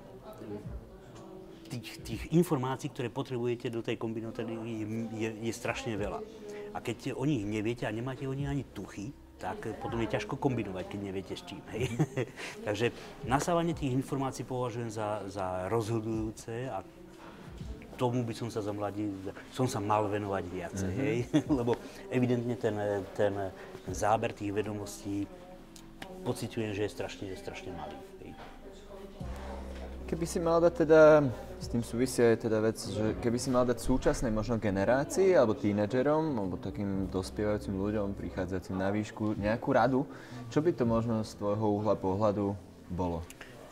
Speaker 2: tých, tých informácií, ktoré potrebujete do tej kombinatóry, je, je, je strašne veľa. A keď o nich neviete a nemáte o nich ani tuchy, tak potom je ťažko kombinovať, keď neviete s čím. Hej. Takže nasávanie tých informácií považujem za, za rozhodujúce a tomu by som sa za mladí, som sa mal venovať viacej. Mm-hmm. Hej. Lebo evidentne ten, ten záber tých vedomostí pociťujem, že je strašne, strašne malý. Hej.
Speaker 1: Keby si mal dať teda, s tým súvisia aj teda vec, že keby si mal dať súčasnej možno generácii, alebo tínedžerom, alebo takým dospievajúcim ľuďom, prichádzajúcim na výšku, nejakú radu, čo by to možno z tvojho uhla pohľadu bolo?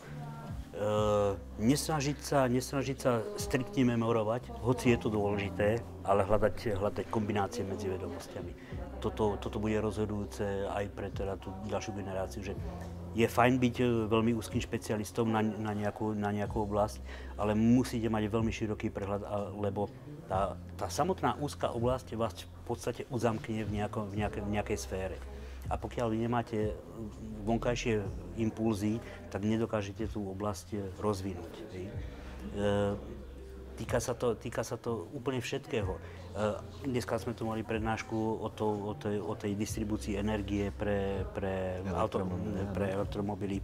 Speaker 2: Uh, nesnažiť sa, nesnažiť sa striktne memorovať, hoci je to dôležité, ale hľadať, hľadať kombinácie medzi vedomostiami. Toto, toto bude rozhodujúce aj pre teda tú ďalšiu generáciu, že je fajn byť veľmi úzkým špecialistom na, na, nejakú, na nejakú oblasť, ale musíte mať veľmi široký prehľad, lebo tá, tá samotná úzka oblasť vás v podstate uzamkne v, nejako, v, nejaké, v nejakej sfére. A pokiaľ vy nemáte vonkajšie impulzy, tak nedokážete tú oblasť rozvinúť. Hej. E, týka sa to, týka sa to úplne všetkého. E, dneska sme tu mali prednášku o, to, o, tej, o tej distribúcii energie pre, pre, auto, pre elektromobily.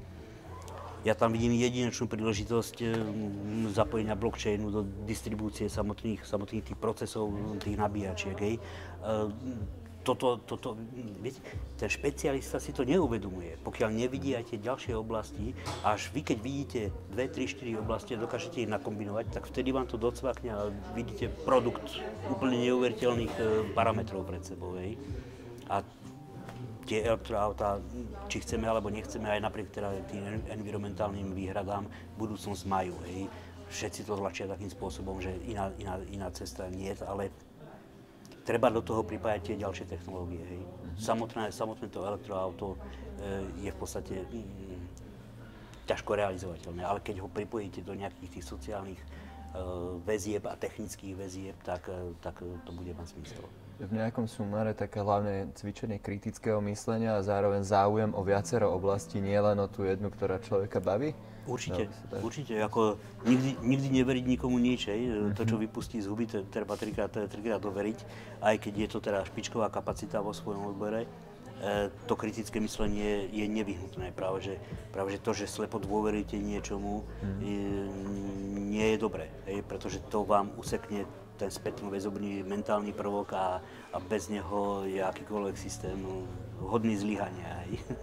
Speaker 2: Ja tam vidím jedinečnú príležitosť zapojenia blockchainu do distribúcie samotných, samotných tých procesov, tých nabíjačiek. Hej. E, Toto, toto, viete, ten špecialista si to neuvedomuje. Pokiaľ nevidíte ďalšie oblasti, až vy, keď vidíte dve, tri, štyri oblasti a dokážete ich nakombinovať, tak vtedy vám to docvakne a vidíte produkt úplne neuveriteľných parametrov pred sebou. Hej. A tie elektroautá, či chceme alebo nechceme, aj napriek teda tým environmentálnym výhradám, budúcnosť majú. Hej. Všetci to tlačia takým spôsobom, že iná, iná, iná cesta nie je, ale treba do toho pripájať tie ďalšie technológie. Hej. Samotné, samotné to elektroauto e, je v podstate mm, ťažko realizovateľné, ale keď ho pripojíte do nejakých tých sociálnych e, väzieb a technických väzieb, tak, e, tak to bude mať zmysel.
Speaker 1: V nejakom sumáre také hlavne cvičenie kritického myslenia a zároveň záujem o viacero oblastí, nie len o tú jednu, ktorá človeka baví?
Speaker 2: Určite, no, určite. Ako nikdy, nikdy neveriť nikomu nič. Mm-hmm. To, čo vypustí z huby, to treba trikrát, trikrát doveriť, aj keď je to teda špičková kapacita vo svojom odbore. E, to kritické myslenie je nevyhnutné. Práve že, práve, že to, že slepo dôveríte niečomu, mm-hmm. e, nie je dobré, hej, pretože to vám usekne ten spätno-väzobný mentálny prvok a, a bez neho je akýkoľvek systém hodný zlyhania.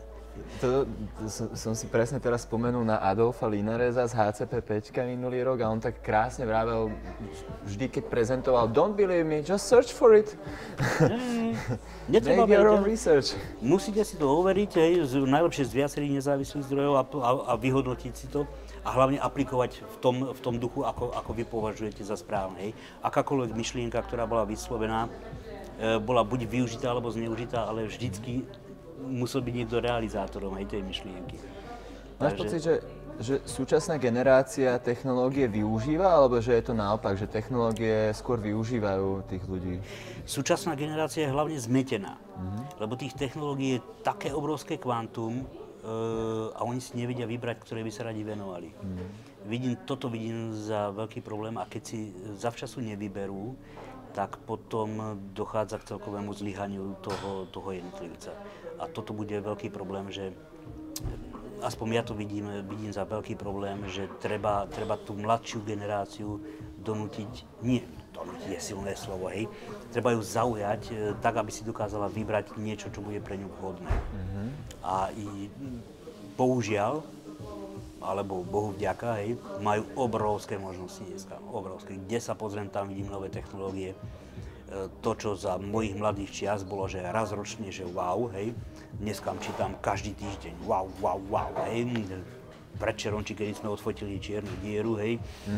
Speaker 1: To, to som, som si presne teraz spomenul na Adolfa Linareza z há cé pé päť minulý rok a on tak krásne vravel vždy, keď prezentoval "Don't believe me, just search for it."
Speaker 2: Mm, netreba
Speaker 1: Make your own research.
Speaker 2: Musíte si to overiť, hej, z, najlepšie z viacerých nezávislých zdrojov a, a, a vyhodnotiť si to a hlavne aplikovať v tom, v tom duchu, ako, ako vy považujete za správne. Hej. Akákoľvek myšlienka, ktorá bola vyslovená, e, bola buď využitá alebo zneužitá, ale vždycky musel byť niekto realizátorom aj tej myšlienky.
Speaker 1: Máš Takže... pocit, že, že súčasná generácia technológie využíva, alebo že je to naopak, že technológie skôr využívajú tých ľudí?
Speaker 2: Súčasná generácia je hlavne zmetená, mm-hmm. lebo tých technológií je také obrovské kvantum, Uh, a oni si nevedia vybrať, ktoré by sa radi venovali. Mm. Vidím, toto vidím za veľký problém a keď si zavčasu nevyberú, tak potom dochádza k celkovému zlyhaniu toho, toho jednotlivca. A toto bude veľký problém, že aspoň ja to vidím, vidím za veľký problém, že treba, treba tú mladšiu generáciu donútiť, nie donútiť je silné slovo, hej, treba ju zaujať tak, aby si dokázala vybrať niečo, čo bude pre ňu vhodné. Mm-hmm. A i, bohužiaľ, alebo Bohu vďaka, hej, majú obrovské možnosti dneska, obrovské. Kde sa pozriem, tam vidím nové technológie. To, čo za mojich mladých čias bolo, že raz ročne, že wow, hej, dneska čítam každý týždeň, wow, wow, wow, hej. predčerom, či keď sme odfotili čiernu dieru, hej, mm.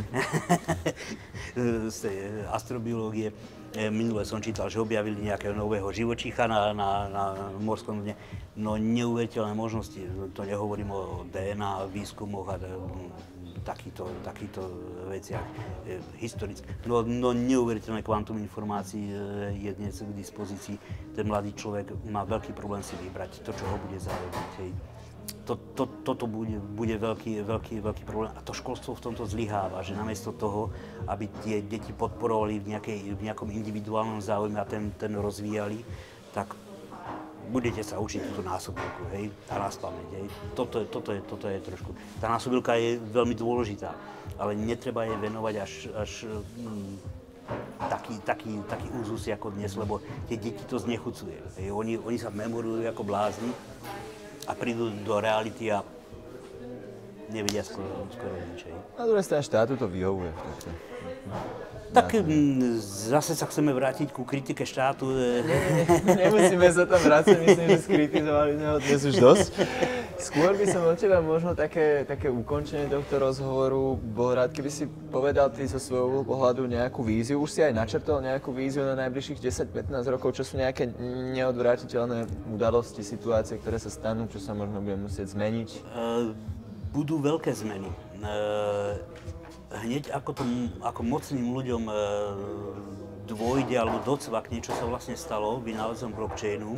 Speaker 2: z tej astrobiológie. Minule som čítal, že objavili nejakého nového živočícha na, na, na morskom dne. No neuveriteľné možnosti, to nehovorím o dé en á výskumoch a takýchto, takýchto veciach e, historicky. No, no neuveriteľné kvantum informácií je dnes k dispozícii. Ten mladý človek má veľký problém si vybrať to, čo ho bude zaujímať. Hej. To, to, toto bude, bude veľký, veľký, veľký problém. A to školstvo v tomto zlyháva, že namiesto toho, aby tie deti podporovali v, nejakej, v nejakom individuálnom záujme a ten, ten rozvíjali, tak budete sa učiť túto násobilku, hej, a na spamäť, hej. Toto, toto, je, toto je trošku... Tá násobilka je veľmi dôležitá, ale netreba jej venovať až, až mm, taký, taký, taký úzus ako dnes, lebo tie deti to znechucuje. Hej. Oni, oni sa memorujú ako blázni a prídu do reality a nevedia skoro, skoro nič.
Speaker 1: Na druhej strane štátu to vyhovuje.
Speaker 2: Tak m, zase sa chceme vrátiť ku kritike štátu.
Speaker 1: Nie, nemusíme sa tam vrácať, myslím, že skritizovali sme ho dnes už dosť. Skôr by som od teba možno také, také ukončenie tohto rozhovoru bol rád, keby si povedal ty zo svojho pohľadu nejakú víziu. Už si aj načrtol nejakú víziu na najbližších desať pätnásť rokov, čo sú nejaké neodvrátiteľné udalosti, situácie, ktoré sa stanú, čo sa možno bude musieť zmeniť?
Speaker 2: Uh, budú veľké zmeny. Uh, Hneď ako, to, ako mocným ľuďom e, dôjde alebo docvakne, čo sa vlastne stalo vynálezom blockchainu, e,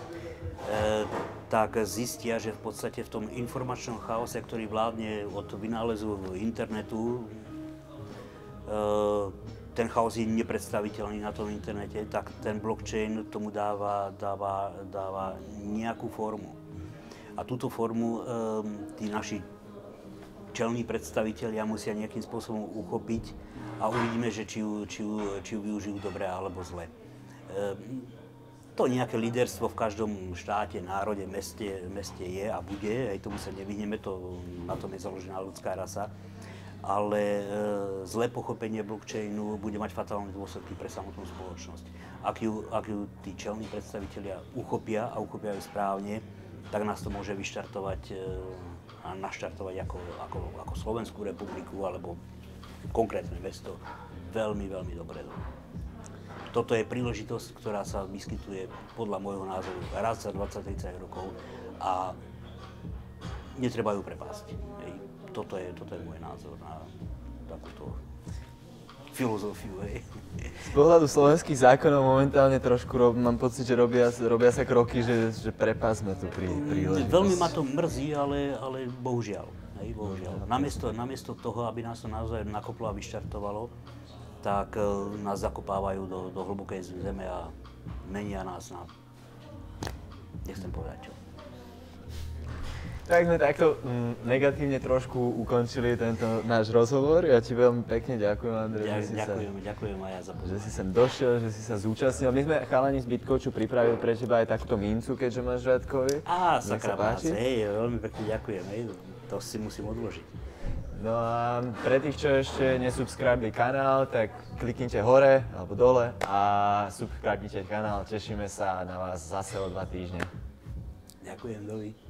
Speaker 2: tak zistia, že v podstate v tom informačnom chaose, ktorý vládne od vynálezu internetu, e, ten chaos je nepredstaviteľný na tom internete, tak ten blockchain tomu dáva, dáva, dáva nejakú formu. A túto formu e, tí naši čelní predstavitelia musia nejakým spôsobom uchopiť a uvidíme, že či ju, či ju, či ju využijú dobre alebo zle. E, to nejaké líderstvo v každom štáte, národe, meste, meste je a bude, aj tomu sa nevyhneme, to, na tom je založená ľudská rasa, ale e, zlé pochopenie blockchainu bude mať fatálne dôsledky pre samotnú spoločnosť. Ak ju, ak ju tí čelní predstavitelia uchopia a uchopia ju správne, tak nás to môže vyštartovať e, a naštartovať ako, ako, ako Slovenskú republiku alebo konkrétne mesto veľmi, veľmi dopredu. Toto je príležitosť, ktorá sa vyskytuje podľa môjho názoru raz za dvadsať tridsať rokov a netreba ju prepásť. Hej. Toto je, toto je môj názor na takúto filozofiu. Hej.
Speaker 1: Z pohľadu slovenských zákonov momentálne trošku rob, mám pocit, že robia, robia sa kroky, že, že prepásme tu prí, príležitosť.
Speaker 2: Veľmi ma to mrzí, ale, ale bohužiaľ. Hej, bohužiaľ. Namiesto, namiesto toho, aby nás to naozaj nakoplo a vyštartovalo, tak uh, nás zakopávajú do, do hlbokej zeme a menia nás na... Nechcem povedať čo.
Speaker 1: Tak sme takto m, negatívne trošku ukončili tento náš rozhovor. Ja ti veľmi pekne ďakujem, Andrej,
Speaker 2: Ja,
Speaker 1: že si
Speaker 2: ďakujem,
Speaker 1: sa,
Speaker 2: ďakujem aj ja za pozornosť.
Speaker 1: že si sem došiel, že si sa zúčastnil. My sme chalani z Bitcoachu pripravili pre teba aj takúto mincu, keďže máš Radkovi.
Speaker 2: Á, sakra vás, hej, veľmi pekne ďakujem, hej, to si musím odložiť.
Speaker 1: No a pre tých, čo ešte nesubscribili kanál, tak kliknite hore alebo dole a subscribite kanál. Tešíme sa na vás zase o dva týždne.
Speaker 2: Ďakujem, dovi.